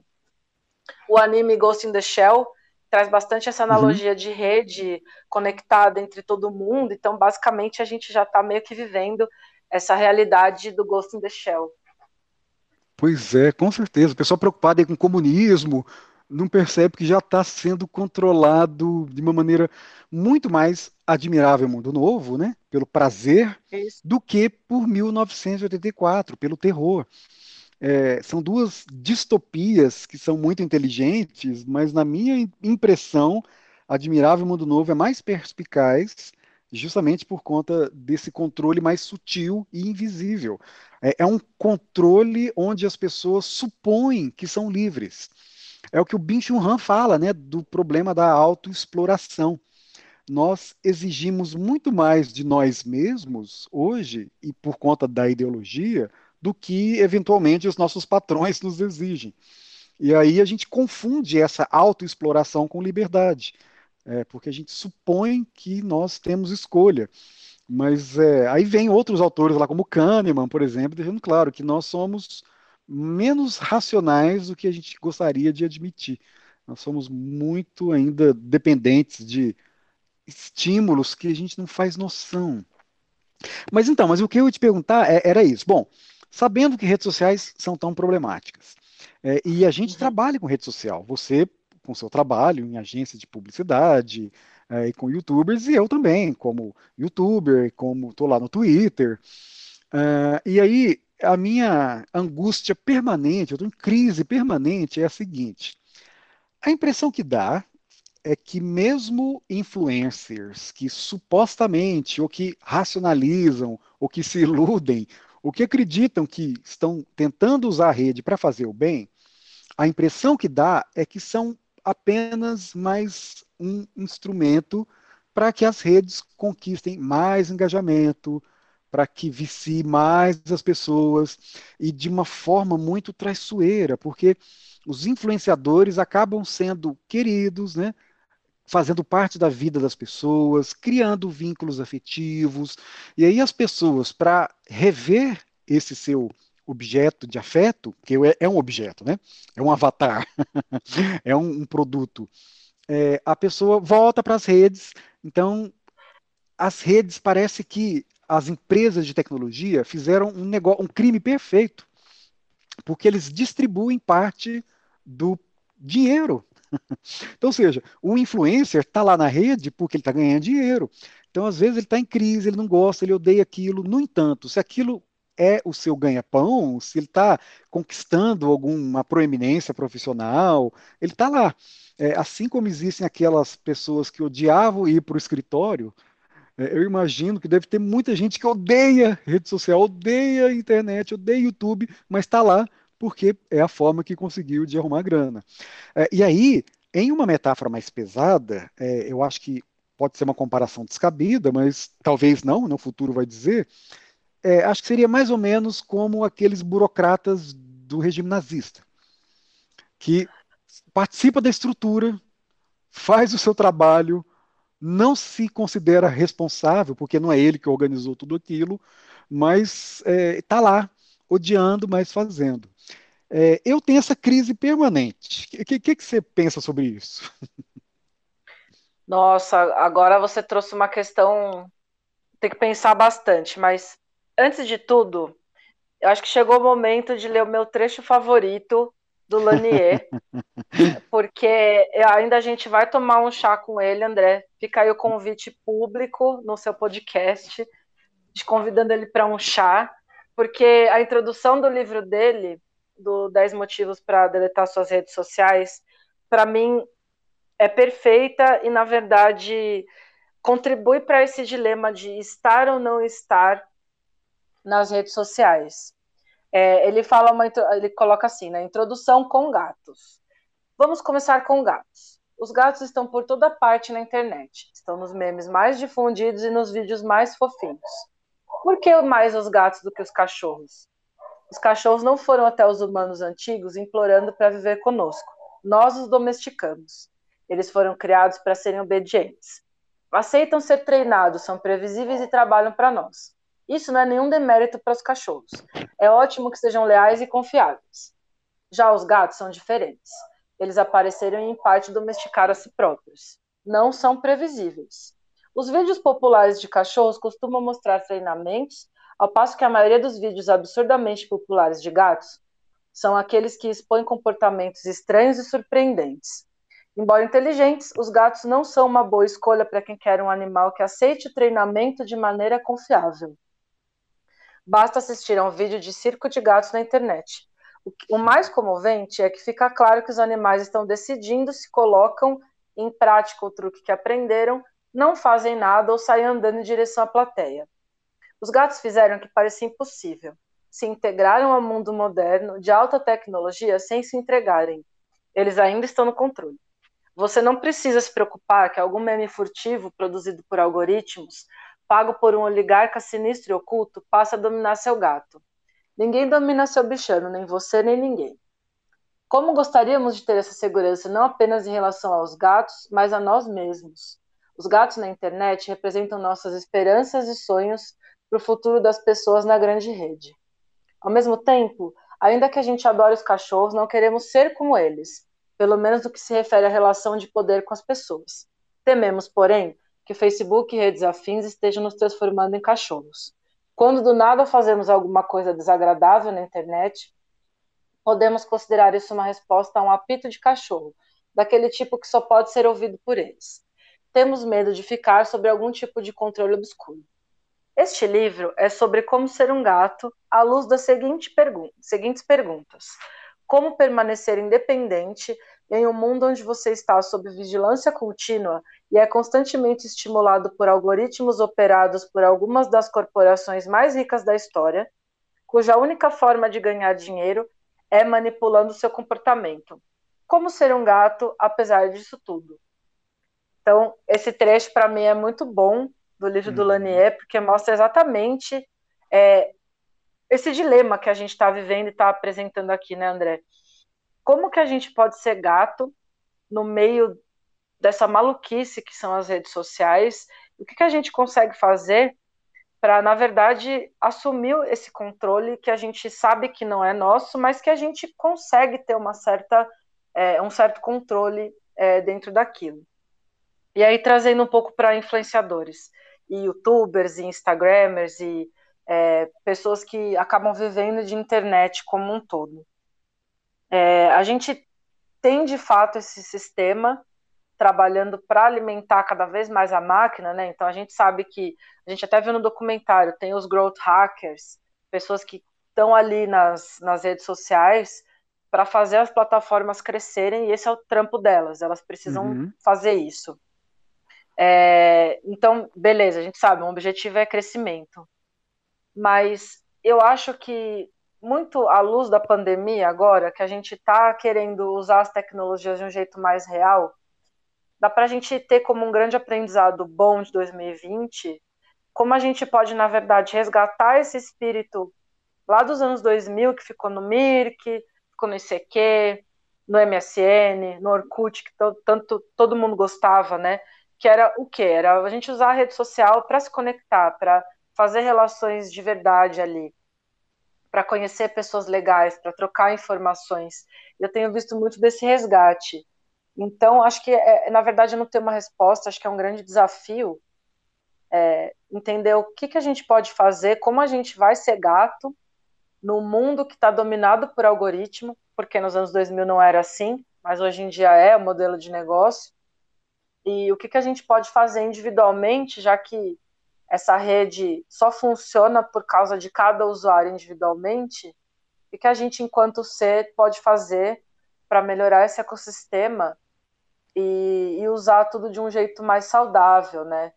o anime Ghost in the Shell, traz bastante essa Uhum. analogia de rede conectada entre todo mundo. Então, basicamente, a gente já está meio que vivendo essa realidade do Ghost in the Shell. Pois é, com certeza. O pessoal preocupado aí com o comunismo não percebe que já está sendo controlado de uma maneira muito mais admirável o mundo novo, né? Pelo prazer, Isso. do que por 1984, pelo terror. São duas distopias que são muito inteligentes, mas na minha impressão, Admirável Mundo Novo é mais perspicaz, justamente por conta desse controle mais sutil e invisível. É um controle onde as pessoas supõem que são livres. É o que o Byung-Chul Han fala, né, do problema da autoexploração. Nós exigimos muito mais de nós mesmos hoje, e por conta da ideologia, do que eventualmente os nossos patrões nos exigem. E aí a gente confunde essa autoexploração com liberdade. porque a gente supõe que nós temos escolha. Mas aí vem outros autores lá, como Kahneman, por exemplo, deixando claro que nós somos menos racionais do que a gente gostaria de admitir. Nós somos muito ainda dependentes de estímulos que a gente não faz noção. Mas então, mas o que eu ia te perguntar era isso. Bom, sabendo que redes sociais são tão problemáticas, e a gente Uhum. trabalha com rede social, você com seu trabalho em agência de publicidade, e com YouTubers, e eu também, como YouTuber, como estou lá no Twitter. E aí, a minha angústia permanente, eu estou em crise permanente, é a seguinte: a impressão que dá é que mesmo influencers que supostamente, ou que racionalizam, ou que se iludem, ou que acreditam que estão tentando usar a rede para fazer o bem, a impressão que dá é que são apenas mais um instrumento para que as redes conquistem mais engajamento, para que vicie mais as pessoas, e de uma forma muito traiçoeira, porque os influenciadores acabam sendo queridos, né? Fazendo parte da vida das pessoas, criando vínculos afetivos. E aí as pessoas, para rever esse seu objeto de afeto, que é um objeto, né? É um avatar, é um produto. A pessoa volta para as redes. Então, as redes parece que as empresas de tecnologia fizeram um negócio, um crime perfeito, porque eles distribuem parte do dinheiro. Então, ou seja, o influencer está lá na rede porque ele está ganhando dinheiro. Então, às vezes, ele está em crise, ele não gosta, ele odeia aquilo. No entanto, se aquilo é o seu ganha-pão, se ele está conquistando alguma proeminência profissional, ele está lá. Assim como existem aquelas pessoas que odiavam ir para o escritório, eu imagino que deve ter muita gente que odeia rede social, odeia internet, odeia YouTube, mas está lá porque é a forma que conseguiu de arrumar grana. E aí, em uma metáfora mais pesada, eu acho que pode ser uma comparação descabida, mas talvez não, no futuro vai dizer, acho que seria mais ou menos como aqueles burocratas do regime nazista, que participa da estrutura, faz o seu trabalho, não se considera responsável, porque não é ele que organizou tudo aquilo, mas está lá, odiando, mas fazendo. Eu tenho essa crise permanente. O que você pensa sobre isso? Nossa, agora você trouxe uma questão, tem que pensar bastante, mas antes de tudo, eu acho que chegou o momento de ler o meu trecho favorito do Lanier, porque ainda a gente vai tomar um chá com ele, André. Fica aí o convite público no seu podcast, te convidando ele para um chá, porque a introdução do livro dele, do 10 motivos para deletar suas redes sociais, para mim é perfeita e, na verdade, contribui para esse dilema de estar ou não estar nas redes sociais. Ele coloca assim, na introdução com gatos. Vamos começar com gatos. Os gatos estão por toda parte na internet. Estão nos memes mais difundidos e nos vídeos mais fofinhos. Por que mais os gatos do que os cachorros? Os cachorros não foram até os humanos antigos implorando para viver conosco. Nós os domesticamos. Eles foram criados para serem obedientes. Aceitam ser treinados, são previsíveis e trabalham para nós. Isso não é nenhum demérito para os cachorros. É ótimo que sejam leais e confiáveis. Já os gatos são diferentes. Eles apareceram e, em parte, domesticaram a si próprios. Não são previsíveis. Os vídeos populares de cachorros costumam mostrar treinamentos, ao passo que a maioria dos vídeos absurdamente populares de gatos são aqueles que expõem comportamentos estranhos e surpreendentes. Embora inteligentes, os gatos não são uma boa escolha para quem quer um animal que aceite o treinamento de maneira confiável. Basta assistir a um vídeo de circo de gatos na internet. O mais comovente é que fica claro que os animais estão decidindo se colocam em prática o truque que aprenderam, não fazem nada ou saem andando em direção à plateia. Os gatos fizeram o que parecia impossível. Se integraram ao mundo moderno de alta tecnologia sem se entregarem. Eles ainda estão no controle. Você não precisa se preocupar que algum meme furtivo produzido por algoritmos, pago por um oligarca sinistro e oculto, passe a dominar seu gato. Ninguém domina seu bichano, nem você, nem ninguém. Como gostaríamos de ter essa segurança não apenas em relação aos gatos, mas a nós mesmos? Os gatos na internet representam nossas esperanças e sonhos para o futuro das pessoas na grande rede. Ao mesmo tempo, ainda que a gente adore os cachorros, não queremos ser como eles, pelo menos no que se refere à relação de poder com as pessoas. Tememos, porém, que o Facebook e redes afins estejam nos transformando em cachorros. Quando do nada fazemos alguma coisa desagradável na internet, podemos considerar isso uma resposta a um apito de cachorro, daquele tipo que só pode ser ouvido por eles. Temos medo de ficar sob algum tipo de controle obscuro. Este livro é sobre como ser um gato à luz das seguintes perguntas. Como permanecer independente em um mundo onde você está sob vigilância contínua e é constantemente estimulado por algoritmos operados por algumas das corporações mais ricas da história, cuja única forma de ganhar dinheiro é manipulando seu comportamento. Como ser um gato apesar disso tudo? Então, esse trecho para mim é muito bom do livro do Lanier, porque mostra exatamente esse dilema que a gente está vivendo e está apresentando aqui, né, André? Como que a gente pode ser gato no meio dessa maluquice que são as redes sociais? O que a gente consegue fazer para, na verdade, assumir esse controle que a gente sabe que não é nosso, mas que a gente consegue ter um certo controle dentro daquilo. E aí, trazendo um pouco para influenciadores, e youtubers, e instagramers, e pessoas que acabam vivendo de internet como um todo. A gente tem, de fato, esse sistema trabalhando para alimentar cada vez mais a máquina, né? Então, a gente sabe que, a gente até viu no documentário, tem os growth hackers, pessoas que estão ali nas redes sociais para fazer as plataformas crescerem, e esse é o trampo delas, elas precisam fazer isso. Então, beleza, a gente sabe, o objetivo é crescimento. Mas eu acho que, muito à luz da pandemia agora, que a gente está querendo usar as tecnologias de um jeito mais real, dá para a gente ter como um grande aprendizado bom de 2020, como a gente pode, na verdade, resgatar esse espírito lá dos anos 2000, que ficou no Mirk, ficou no ICQ, no MSN, no Orkut, que todo mundo gostava, né? Que era o quê? Era a gente usar a rede social para se conectar, para fazer relações de verdade ali, para conhecer pessoas legais, para trocar informações. Eu tenho visto muito desse resgate. Então, acho que, na verdade, eu não tenho uma resposta, acho que é um grande desafio entender o que a gente pode fazer, como a gente vai ser gato no mundo que está dominado por algoritmo, porque nos anos 2000 não era assim, mas hoje em dia é o modelo de negócio. E o que a gente pode fazer individualmente, já que essa rede só funciona por causa de cada usuário individualmente, o que a gente, enquanto ser, pode fazer para melhorar esse ecossistema e usar tudo de um jeito mais saudável, né?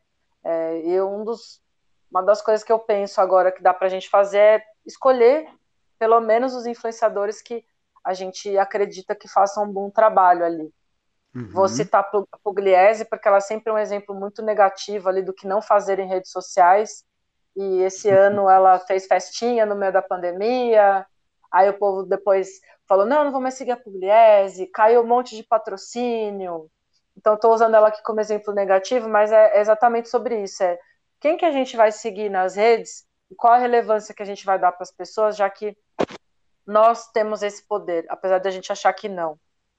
Uma das coisas que eu penso agora que dá para a gente fazer é escolher, pelo menos, os influenciadores que a gente acredita que façam um bom trabalho ali. Vou citar a Pugliese, porque ela sempre é um exemplo muito negativo ali do que não fazer em redes sociais. E esse ano ela fez festinha no meio da pandemia. Aí o povo depois falou, não vou mais seguir a Pugliese, caiu um monte de patrocínio. Então estou usando ela aqui como exemplo negativo, mas é exatamente sobre isso. Quem que a gente vai seguir nas redes e qual a relevância que a gente vai dar para as pessoas, já que nós temos esse poder, apesar de a gente achar que não.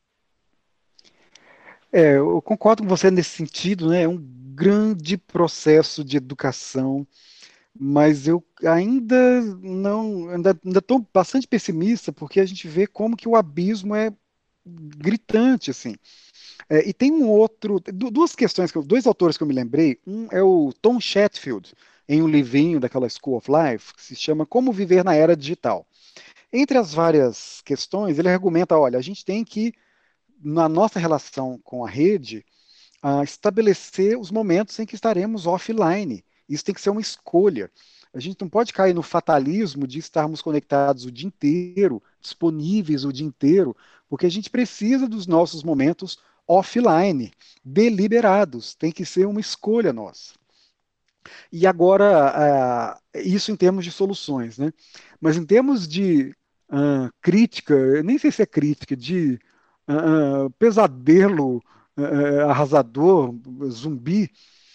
Eu concordo com você nesse sentido, né? É um grande processo de educação, mas eu ainda não, ainda estou bastante pessimista, porque a gente vê como que o abismo é gritante, assim. E tem duas questões, dois autores que eu me lembrei. Um é o Tom Chatfield, em um livrinho daquela School of Life, que se chama Como Viver na Era Digital. Entre as várias questões, ele argumenta, olha, a gente tem que, na nossa relação com a rede, estabelecer os momentos em que estaremos offline. Isso tem que ser uma escolha. A gente não pode cair no fatalismo de estarmos conectados o dia inteiro, disponíveis o dia inteiro, porque a gente precisa dos nossos momentos offline, deliberados. Tem que ser uma escolha nossa. E agora, isso em termos de soluções, né? Mas em termos de crítica, eu nem sei se é crítica, de pesadelo arrasador, zumbi,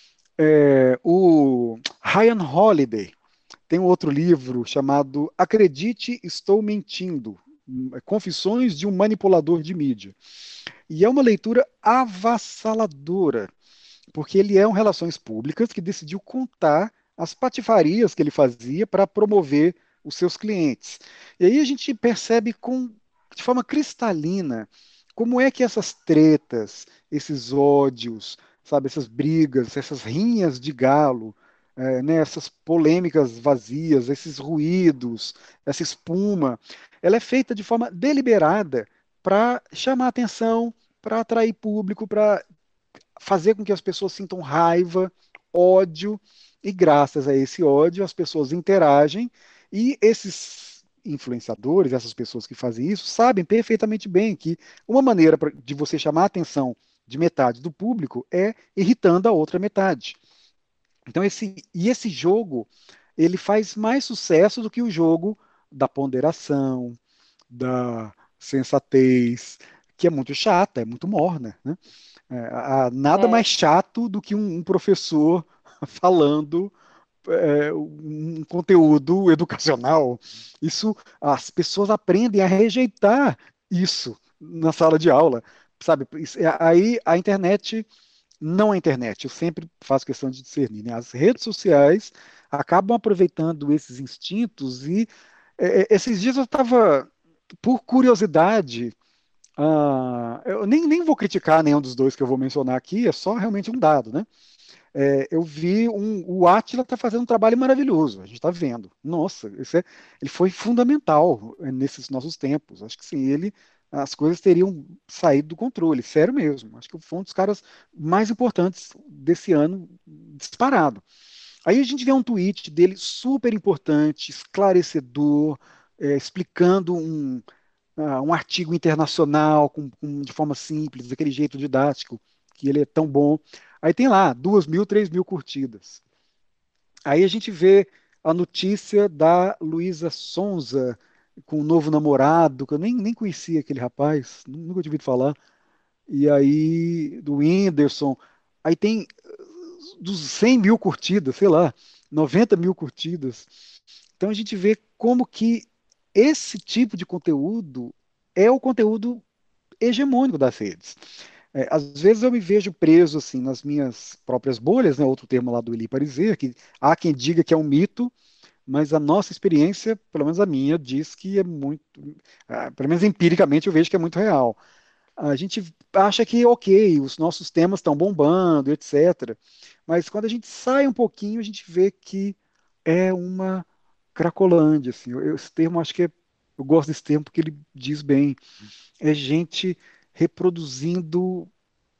o Ryan Holiday tem um outro livro chamado Acredite, Estou Mentindo, Confissões de um Manipulador de Mídia. E é uma leitura avassaladora, porque ele é um relações públicas que decidiu contar as patifarias que ele fazia para promover os seus clientes. E aí a gente percebe de forma cristalina como é que essas tretas, esses ódios, sabe, essas brigas, essas rinhas de galo, né, essas polêmicas vazias, esses ruídos, essa espuma, ela é feita de forma deliberada para chamar atenção, para atrair público, para fazer com que as pessoas sintam raiva, ódio, e graças a esse ódio as pessoas interagem e esses influenciadores, essas pessoas que fazem isso, sabem perfeitamente bem que uma maneira de você chamar a atenção de metade do público é irritando a outra metade. Então esse jogo, ele faz mais sucesso do que o jogo da ponderação, da sensatez, que é muito chata, é muito morna, né? Nada mais É, chato do que um professor falando um conteúdo educacional. Isso, as pessoas aprendem a rejeitar isso na sala de aula, sabe? Aí a internet, não a internet, eu sempre faço questão de discernir, né? As redes sociais acabam aproveitando esses instintos e esses dias eu estava, por curiosidade, eu nem vou criticar nenhum dos dois que eu vou mencionar aqui, é só realmente um dado, né? Eu vi o Átila está fazendo um trabalho maravilhoso, a gente está vendo. Nossa, ele foi fundamental nesses nossos tempos. Acho que sem ele as coisas teriam saído do controle, sério mesmo. Acho que foi um dos caras mais importantes desse ano, disparado. Aí a gente vê um tweet dele super importante, esclarecedor, explicando um artigo internacional de forma simples, daquele jeito didático, que ele é tão bom. Aí tem lá 2.000, 3.000 curtidas. Aí a gente vê a notícia da Luísa Sonza com um novo namorado, que eu nem conhecia aquele rapaz, nunca tinha ouvido falar. E aí, do Whindersson. Aí tem dos 100.000 curtidas, sei lá, 90.000 curtidas. Então a gente vê como que esse tipo de conteúdo é o conteúdo hegemônico das redes. Às vezes eu me vejo preso assim nas minhas próprias bolhas, né? Outro termo lá do Elie Pariser, que há quem diga que é um mito, mas a nossa experiência, pelo menos a minha, diz que é muito, pelo menos empiricamente eu vejo que é muito real. A gente acha que, ok, os nossos temas estão bombando, etc. Mas quando a gente sai um pouquinho, a gente vê que é uma cracolândia, assim. Esse termo, acho que eu gosto desse termo porque ele diz bem. É gente reproduzindo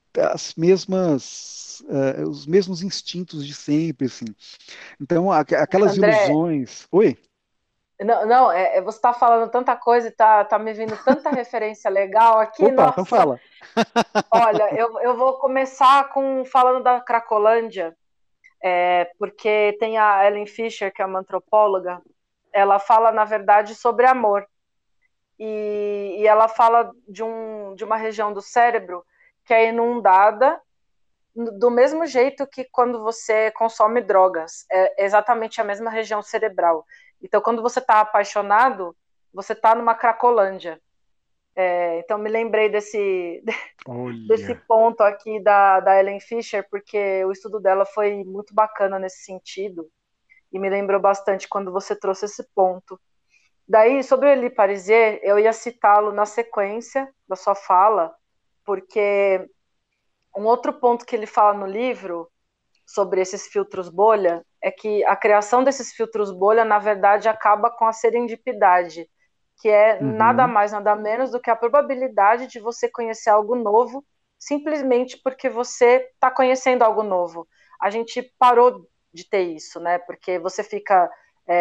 os mesmos instintos de sempre, assim. Então, aquelas André, ilusões. Oi? não, não, você está falando tanta coisa e tá me vindo tanta referência legal aqui, Opa, então nossa. fala. Olha, eu vou começar falando da Cracolândia, porque tem a Ellen Fisher, que é uma antropóloga, ela fala, na verdade, sobre amor. E ela fala de uma região do cérebro que é inundada do mesmo jeito que quando você consome drogas. É exatamente a mesma região cerebral. Então, quando você está apaixonado, você está numa Cracolândia. Então, me lembrei desse Olha. ponto aqui da Ellen Fisher, porque o estudo dela foi muito bacana nesse sentido, e me lembrou bastante quando você trouxe esse ponto. Daí, sobre o Elie Pariser, eu ia citá-lo na sequência da sua fala, porque um outro ponto que ele fala no livro sobre esses filtros bolha é que a criação desses filtros bolha, na verdade, acaba com a serendipidade, que é nada Uhum. mais, nada menos do que a probabilidade de você conhecer algo novo, simplesmente porque você está conhecendo algo novo. A gente parou de ter isso, né? Porque você fica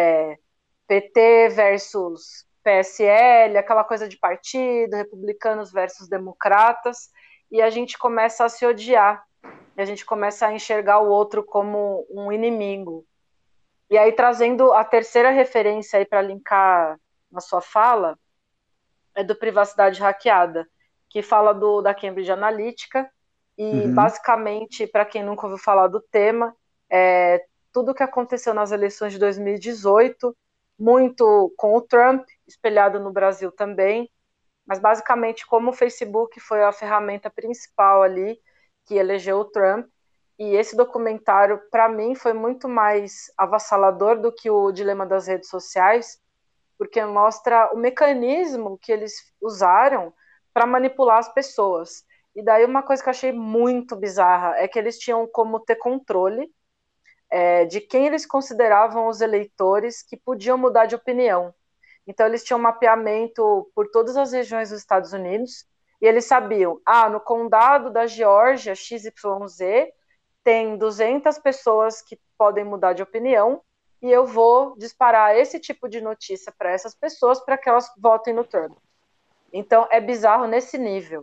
PT versus PSL, aquela coisa de partido, republicanos versus democratas, e a gente começa a se odiar, e a gente começa a enxergar o outro como um inimigo. E aí, trazendo a terceira referência aí para linkar na sua fala, é do Privacidade Hackeada, que fala da Cambridge Analytica, e basicamente, para quem nunca ouviu falar do tema, tudo o que aconteceu nas eleições de 2018, muito com o Trump, espelhado no Brasil também, mas basicamente como o Facebook foi a ferramenta principal ali que elegeu o Trump. E esse documentário, para mim, foi muito mais avassalador do que o Dilema das Redes Sociais, porque mostra o mecanismo que eles usaram para manipular as pessoas. E daí uma coisa que eu achei muito bizarra é que eles tinham como ter controle de quem eles consideravam os eleitores que podiam mudar de opinião. Então eles tinham um mapeamento por todas as regiões dos Estados Unidos e eles sabiam, no condado da Geórgia, XYZ, tem 200 pessoas que podem mudar de opinião e eu vou disparar esse tipo de notícia para essas pessoas para que elas votem no Trump. Então é bizarro nesse nível.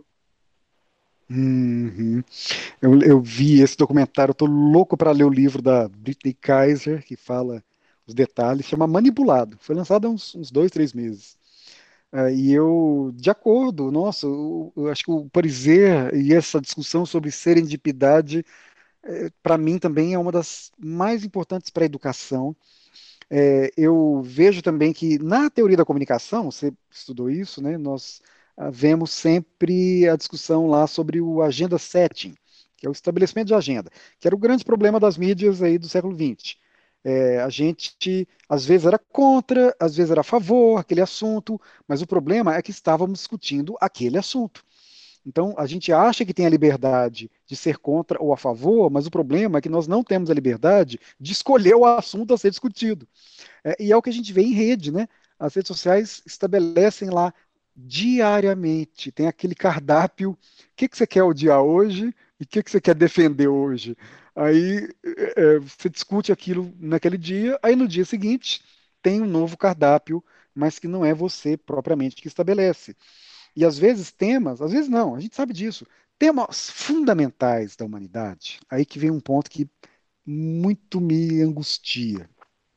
Uhum. Eu vi esse documentário, eu tô louco para ler o livro da Brittany Kaiser, que fala os detalhes, chama Manipulado. Foi lançado há uns 2, 3 meses. E eu, de acordo, nossa, eu acho que o parecer e essa discussão sobre serendipidade, para mim também é uma das mais importantes para a educação. Eu vejo também que na teoria da comunicação, você estudou isso, né? Nós vemos sempre a discussão lá sobre o agenda setting, que é o estabelecimento de agenda, que era o grande problema das mídias aí do século XX. A gente às vezes era contra, às vezes era a favor aquele assunto, mas o problema é que estávamos discutindo aquele assunto. Então, a gente acha que tem a liberdade de ser contra ou a favor, mas o problema é que nós não temos a liberdade de escolher o assunto a ser discutido. E é o que a gente vê em rede, né? As redes sociais estabelecem lá diariamente, tem aquele cardápio, o que que você quer odiar hoje e o que que você quer defender hoje. Aí você discute aquilo naquele dia, aí no dia seguinte tem um novo cardápio, mas que não é você propriamente que estabelece. E às vezes temas, às vezes não, a gente sabe disso, temas fundamentais da humanidade, aí que vem um ponto que muito me angustia.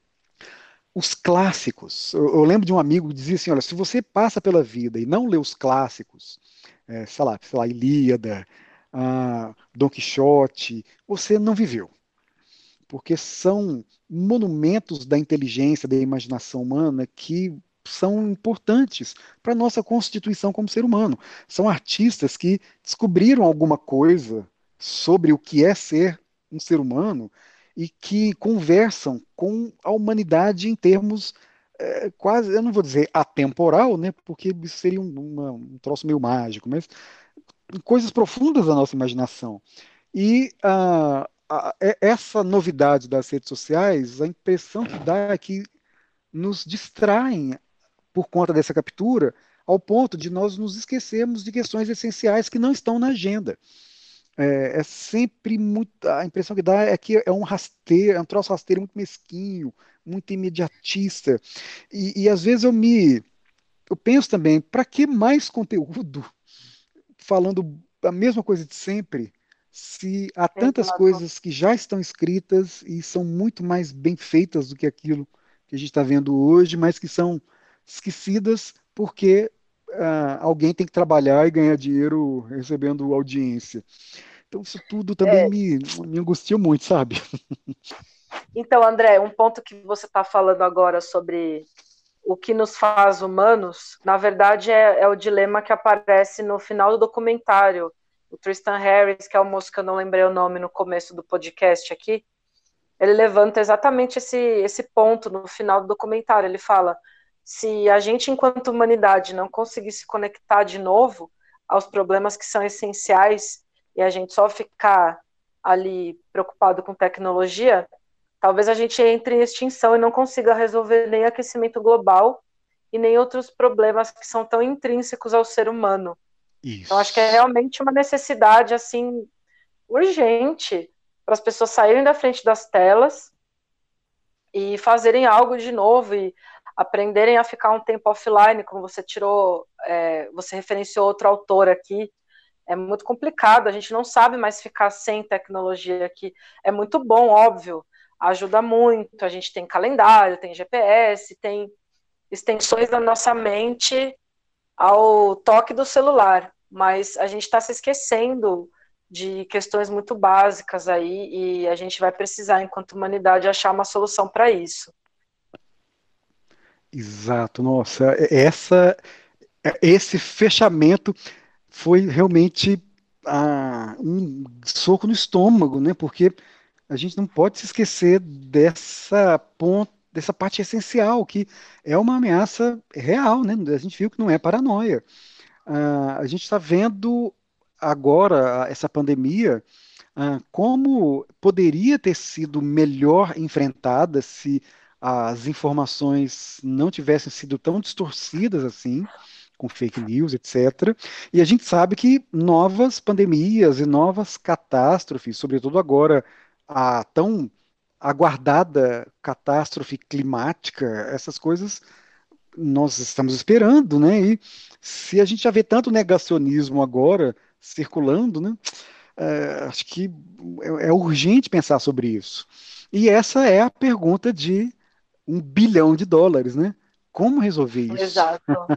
Os clássicos. Eu lembro de um amigo que dizia assim: olha, se você passa pela vida e não lê os clássicos, sei lá, Ilíada, Dom Quixote, você não viveu. Porque são monumentos da inteligência, da imaginação humana que são importantes para a nossa constituição como ser humano. São artistas que descobriram alguma coisa sobre o que é ser um ser humano e que conversam com a humanidade em termos quase, eu não vou dizer atemporal, né, porque isso seria um troço meio mágico, mas coisas profundas da nossa imaginação. E essa novidade das redes sociais, a impressão que dá é que nos distraem por conta dessa captura, ao ponto de nós nos esquecermos de questões essenciais que não estão na agenda. É sempre muito. A impressão que dá é que é um rasteiro, é um troço rasteiro muito mesquinho, muito imediatista. E às vezes eu penso também, para que mais conteúdo falando a mesma coisa de sempre, se há tantas Exato. coisas que já estão escritas e são muito mais bem feitas do que aquilo que a gente está vendo hoje, mas que são esquecidas porque alguém tem que trabalhar e ganhar dinheiro recebendo audiência. Então, isso tudo também me angustia muito, sabe? Então, André, um ponto que você está falando agora sobre o que nos faz humanos, na verdade, é o dilema que aparece no final do documentário. O Tristan Harris, que é o moço que eu não lembrei o nome no começo do podcast aqui, ele levanta exatamente esse ponto no final do documentário. Ele fala: se a gente, enquanto humanidade, não conseguir se conectar de novo aos problemas que são essenciais e a gente só ficar ali preocupado com tecnologia, talvez a gente entre em extinção e não consiga resolver nem aquecimento global e nem outros problemas que são tão intrínsecos ao ser humano. Então, acho que é Isso. realmente uma necessidade, assim, urgente para as pessoas saírem da frente das telas e fazerem algo de novo e aprenderem a ficar um tempo offline, como você você referenciou outro autor aqui. É muito complicado, a gente não sabe mais ficar sem tecnologia aqui. É muito bom, óbvio, ajuda muito. A gente tem calendário, tem GPS, tem extensões da nossa mente ao toque do celular, mas a gente está se esquecendo de questões muito básicas aí, e a gente vai precisar, enquanto humanidade, achar uma solução para isso. Exato, nossa, esse fechamento foi realmente um soco no estômago, né? Porque a gente não pode se esquecer dessa parte essencial, que é uma ameaça real, né? A gente viu que não é paranoia. A gente está vendo agora essa pandemia, como poderia ter sido melhor enfrentada se as informações não tivessem sido tão distorcidas assim, com fake news, etc. E a gente sabe que novas pandemias e novas catástrofes, sobretudo agora a tão aguardada catástrofe climática, essas coisas nós estamos esperando, né? E se a gente já vê tanto negacionismo agora circulando, né? Acho que é urgente pensar sobre isso. E essa é a pergunta de US$ 1 bilhão, né? Como resolver isso? Exato.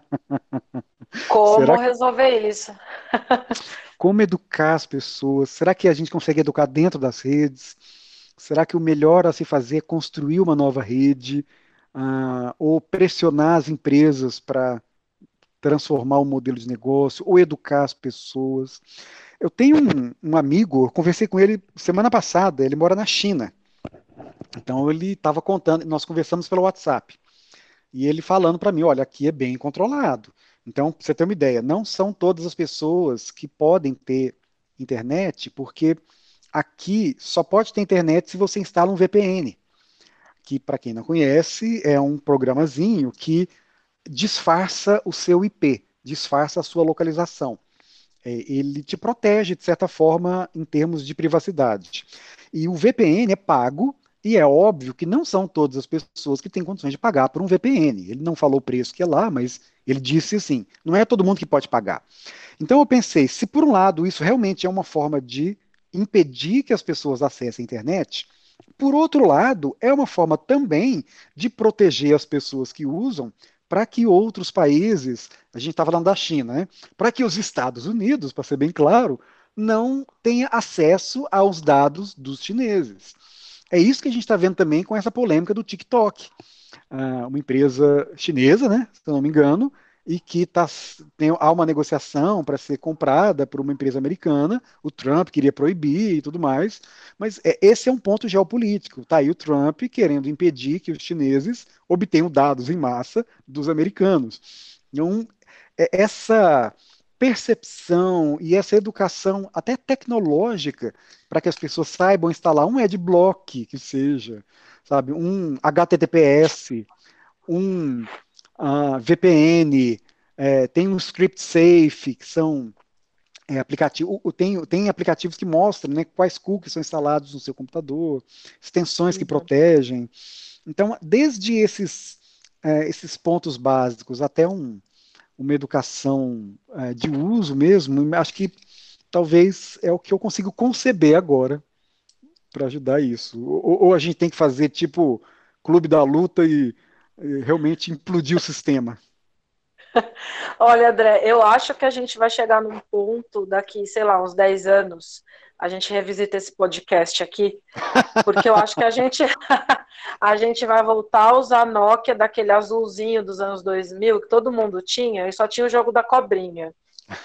Como Será resolver isso? como educar as pessoas? Será que a gente consegue educar dentro das redes? Será que o melhor a se fazer é construir uma nova rede, ou pressionar as empresas para transformar o modelo de negócio, ou educar as pessoas? Eu tenho um amigo, eu conversei com ele semana passada, ele mora na China. Então ele estava contando, nós conversamos pelo WhatsApp. E ele falando para mim, olha, aqui é bem controlado. Então, pra você ter uma ideia, não são todas as pessoas que podem ter internet, porque aqui só pode ter internet se você instala um VPN, que, para quem não conhece, é um programazinho que disfarça o seu IP, disfarça a sua localização. Ele te protege, de certa forma, em termos de privacidade. E o VPN é pago, e é óbvio que não são todas as pessoas que têm condições de pagar por um VPN. Ele não falou o preço que é lá, mas ele disse assim: não é todo mundo que pode pagar. Então eu pensei, se por um lado isso realmente é uma forma de impedir que as pessoas acessem a internet, por outro lado, é uma forma também de proteger as pessoas que usam para que outros países, a gente está falando da China, né? Para que os Estados Unidos, para ser bem claro, não tenha acesso aos dados dos chineses. É isso que a gente está vendo também com essa polêmica do TikTok, uma empresa chinesa, né, se eu não me engano, e que há uma negociação para ser comprada por uma empresa americana. O Trump queria proibir e tudo mais, mas esse é um ponto geopolítico. Está aí o Trump querendo impedir que os chineses obtenham dados em massa dos americanos. Então, essa percepção e essa educação, até tecnológica, para que as pessoas saibam instalar um adblock que seja, sabe, um HTTPS, um VPN, tem um script safe, que são tem aplicativos que mostram, né, quais cookies são instalados no seu computador, extensões que Uhum. protegem. Então, desde esses pontos básicos até uma educação de uso mesmo, acho que talvez é o que eu consigo conceber agora para ajudar isso. Ou a gente tem que fazer tipo Clube da Luta e realmente implodir o sistema. Olha, André, eu acho que a gente vai chegar num ponto daqui, sei lá, uns 10 anos, a gente revisita esse podcast aqui, porque eu acho que a gente, a gente vai voltar a usar a Nokia daquele azulzinho dos anos 2000 que todo mundo tinha, e só tinha o jogo da cobrinha.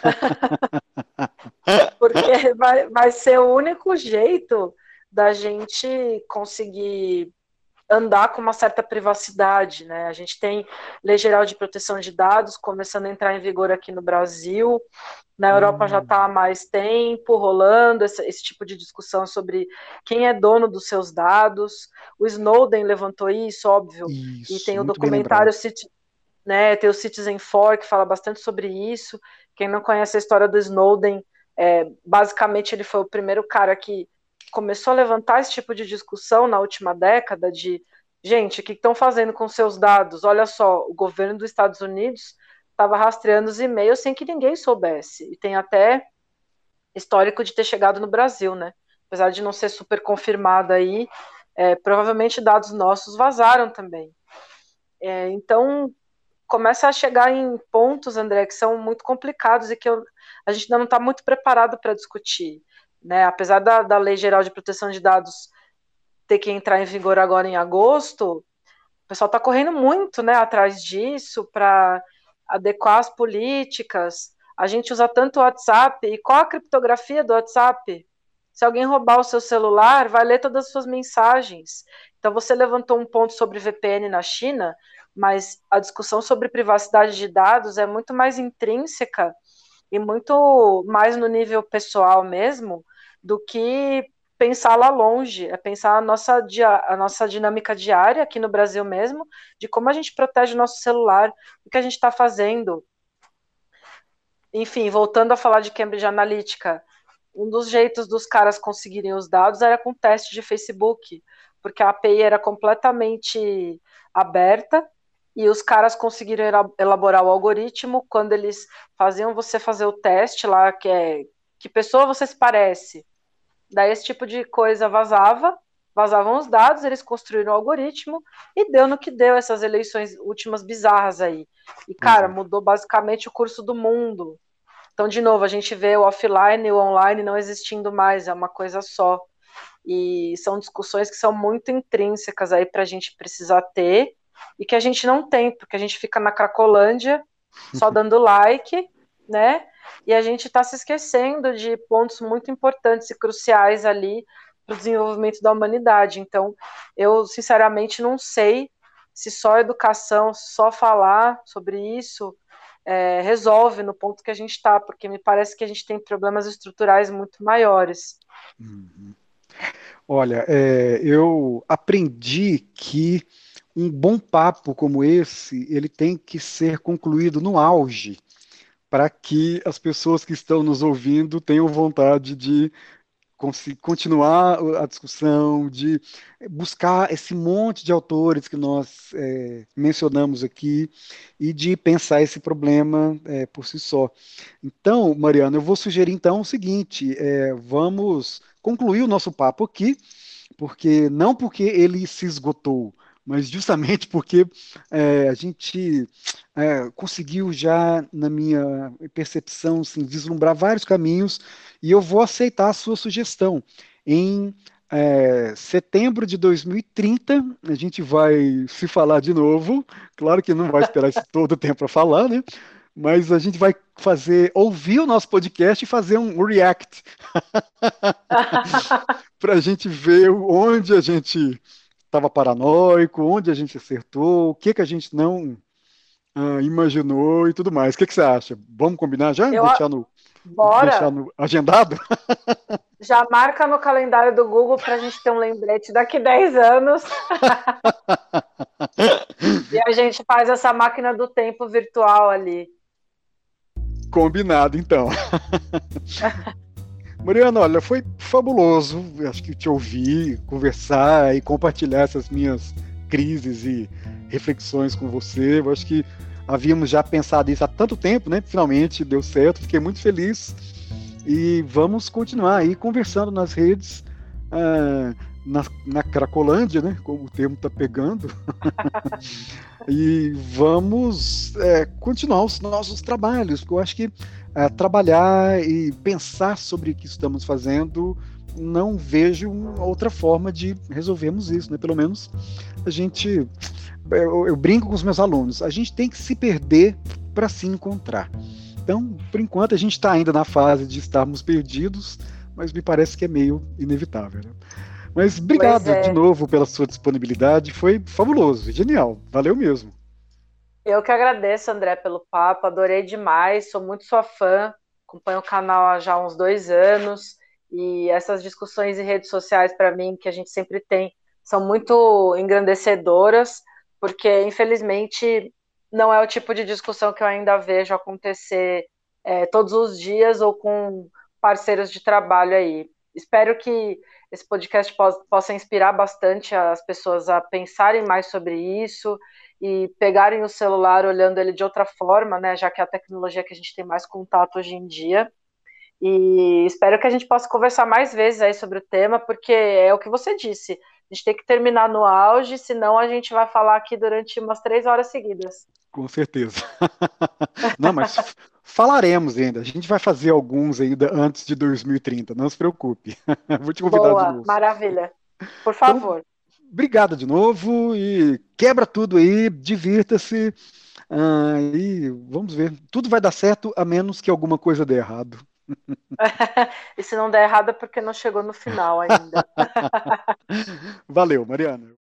Porque vai ser o único jeito da gente conseguir andar com uma certa privacidade, né? A gente tem Lei Geral de Proteção de Dados começando a entrar em vigor aqui no Brasil, na Europa já está há Hum, mais tempo rolando esse tipo de discussão sobre quem é dono dos seus dados. O Snowden levantou isso, óbvio, e isso, tem o muito bem lembrado. documentário, né, tem o Citizen4 que fala bastante sobre isso. Quem não conhece a história do Snowden, basicamente ele foi o primeiro cara que começou a levantar esse tipo de discussão na última década de, gente, o que estão fazendo com seus dados? Olha só, o governo dos Estados Unidos estava rastreando os e-mails sem que ninguém soubesse. E tem até histórico de ter chegado no Brasil, né? Apesar de não ser super confirmado aí, provavelmente dados nossos vazaram também. Então, começa a chegar em pontos, André, que são muito complicados e que a gente ainda não está muito preparado para discutir, né? Apesar da Lei Geral de Proteção de Dados ter que entrar em vigor agora em agosto, o pessoal está correndo muito, né, atrás disso para adequar as políticas. A gente usa tanto o WhatsApp, e qual a criptografia do WhatsApp? Se alguém roubar o seu celular, vai ler todas as suas mensagens. Então, você levantou um ponto sobre VPN na China, mas a discussão sobre privacidade de dados é muito mais intrínseca e muito mais no nível pessoal mesmo do que pensar lá longe, é pensar a nossa dinâmica diária aqui no Brasil mesmo, de como a gente protege o nosso celular, o que a gente está fazendo. Enfim, voltando a falar de Cambridge Analytica, um dos jeitos dos caras conseguirem os dados era com teste de Facebook, porque a API era completamente aberta e os caras conseguiram elaborar o algoritmo quando eles faziam você fazer o teste lá, que pessoa você se parece. Daí esse tipo de coisa vazavam os dados, eles construíram o algoritmo e deu no que deu essas eleições últimas bizarras aí. E, cara, mudou basicamente o curso do mundo. Então, de novo, a gente vê o offline e o online não existindo mais, é uma coisa só. E são discussões que são muito intrínsecas aí para a gente precisar ter e que a gente não tem, porque a gente fica na Cracolândia só dando like, né? E a gente está se esquecendo de pontos muito importantes e cruciais ali para o desenvolvimento da humanidade. Então, eu sinceramente não sei se só educação, só falar sobre isso resolve no ponto que a gente está, porque me parece que a gente tem problemas estruturais muito maiores. Uhum. Olha, eu aprendi que um bom papo como esse, ele tem que ser concluído no auge, para que as pessoas que estão nos ouvindo tenham vontade de continuar a discussão, de buscar esse monte de autores que nós mencionamos aqui e de pensar esse problema por si só. Então, Mariana, eu vou sugerir então o seguinte: vamos concluir o nosso papo aqui, porque não porque ele se esgotou, mas justamente porque a gente conseguiu já, na minha percepção, assim, vislumbrar vários caminhos, e eu vou aceitar a sua sugestão. Em setembro de 2030, a gente vai se falar de novo. Claro que não vai esperar esse todo o tempo para falar, né? Mas a gente vai ouvir o nosso podcast e fazer um react para a gente ver onde a gente estava paranoico, onde a gente acertou, o que que a gente não imaginou e tudo mais. O que que você acha? Vamos combinar já? Eu, Deixar bora! no agendado? Já marca no calendário do Google para a gente ter um lembrete daqui 10 anos. E a gente faz essa máquina do tempo virtual ali. Combinado, então. Mariana, olha, foi fabuloso, acho que te ouvir, conversar e compartilhar essas minhas crises e reflexões com você. Eu acho que havíamos já pensado isso há tanto tempo, né? Finalmente deu certo, fiquei muito feliz. E vamos continuar aí conversando nas redes, na Cracolândia, né? Como o termo está pegando. E vamos continuar os nossos trabalhos, porque eu acho que trabalhar e pensar sobre o que estamos fazendo, não vejo outra forma de resolvermos isso, né? Pelo menos a gente, eu brinco com os meus alunos, a gente tem que se perder para se encontrar. Então, por enquanto, a gente está ainda na fase de estarmos perdidos, mas me parece que é meio inevitável, né? Mas obrigado de novo pela sua disponibilidade, foi fabuloso, genial, valeu mesmo. Eu que agradeço, André, pelo papo, adorei demais, sou muito sua fã, acompanho o canal há já uns 2 anos, e essas discussões em redes sociais, para mim, que a gente sempre tem, são muito engrandecedoras, porque, infelizmente, não é o tipo de discussão que eu ainda vejo acontecer todos os dias ou com parceiros de trabalho aí. Espero que esse podcast possa inspirar bastante as pessoas a pensarem mais sobre isso e pegarem o celular olhando ele de outra forma, né, já que é a tecnologia que a gente tem mais contato hoje em dia. E espero que a gente possa conversar mais vezes aí sobre o tema, porque é o que você disse, A gente tem que terminar no auge, senão a gente vai falar aqui durante umas 3 horas seguidas. Com certeza. Não, mas falaremos ainda. A gente vai fazer alguns ainda antes de 2030, não se preocupe. Vou te convidar de Boa, novo. maravilha. Por Então, favor. obrigado de novo e quebra tudo aí, divirta-se. E vamos ver. Tudo vai dar certo a menos que alguma coisa dê errado. E se não der errado é porque não chegou no final ainda. Valeu, Mariana.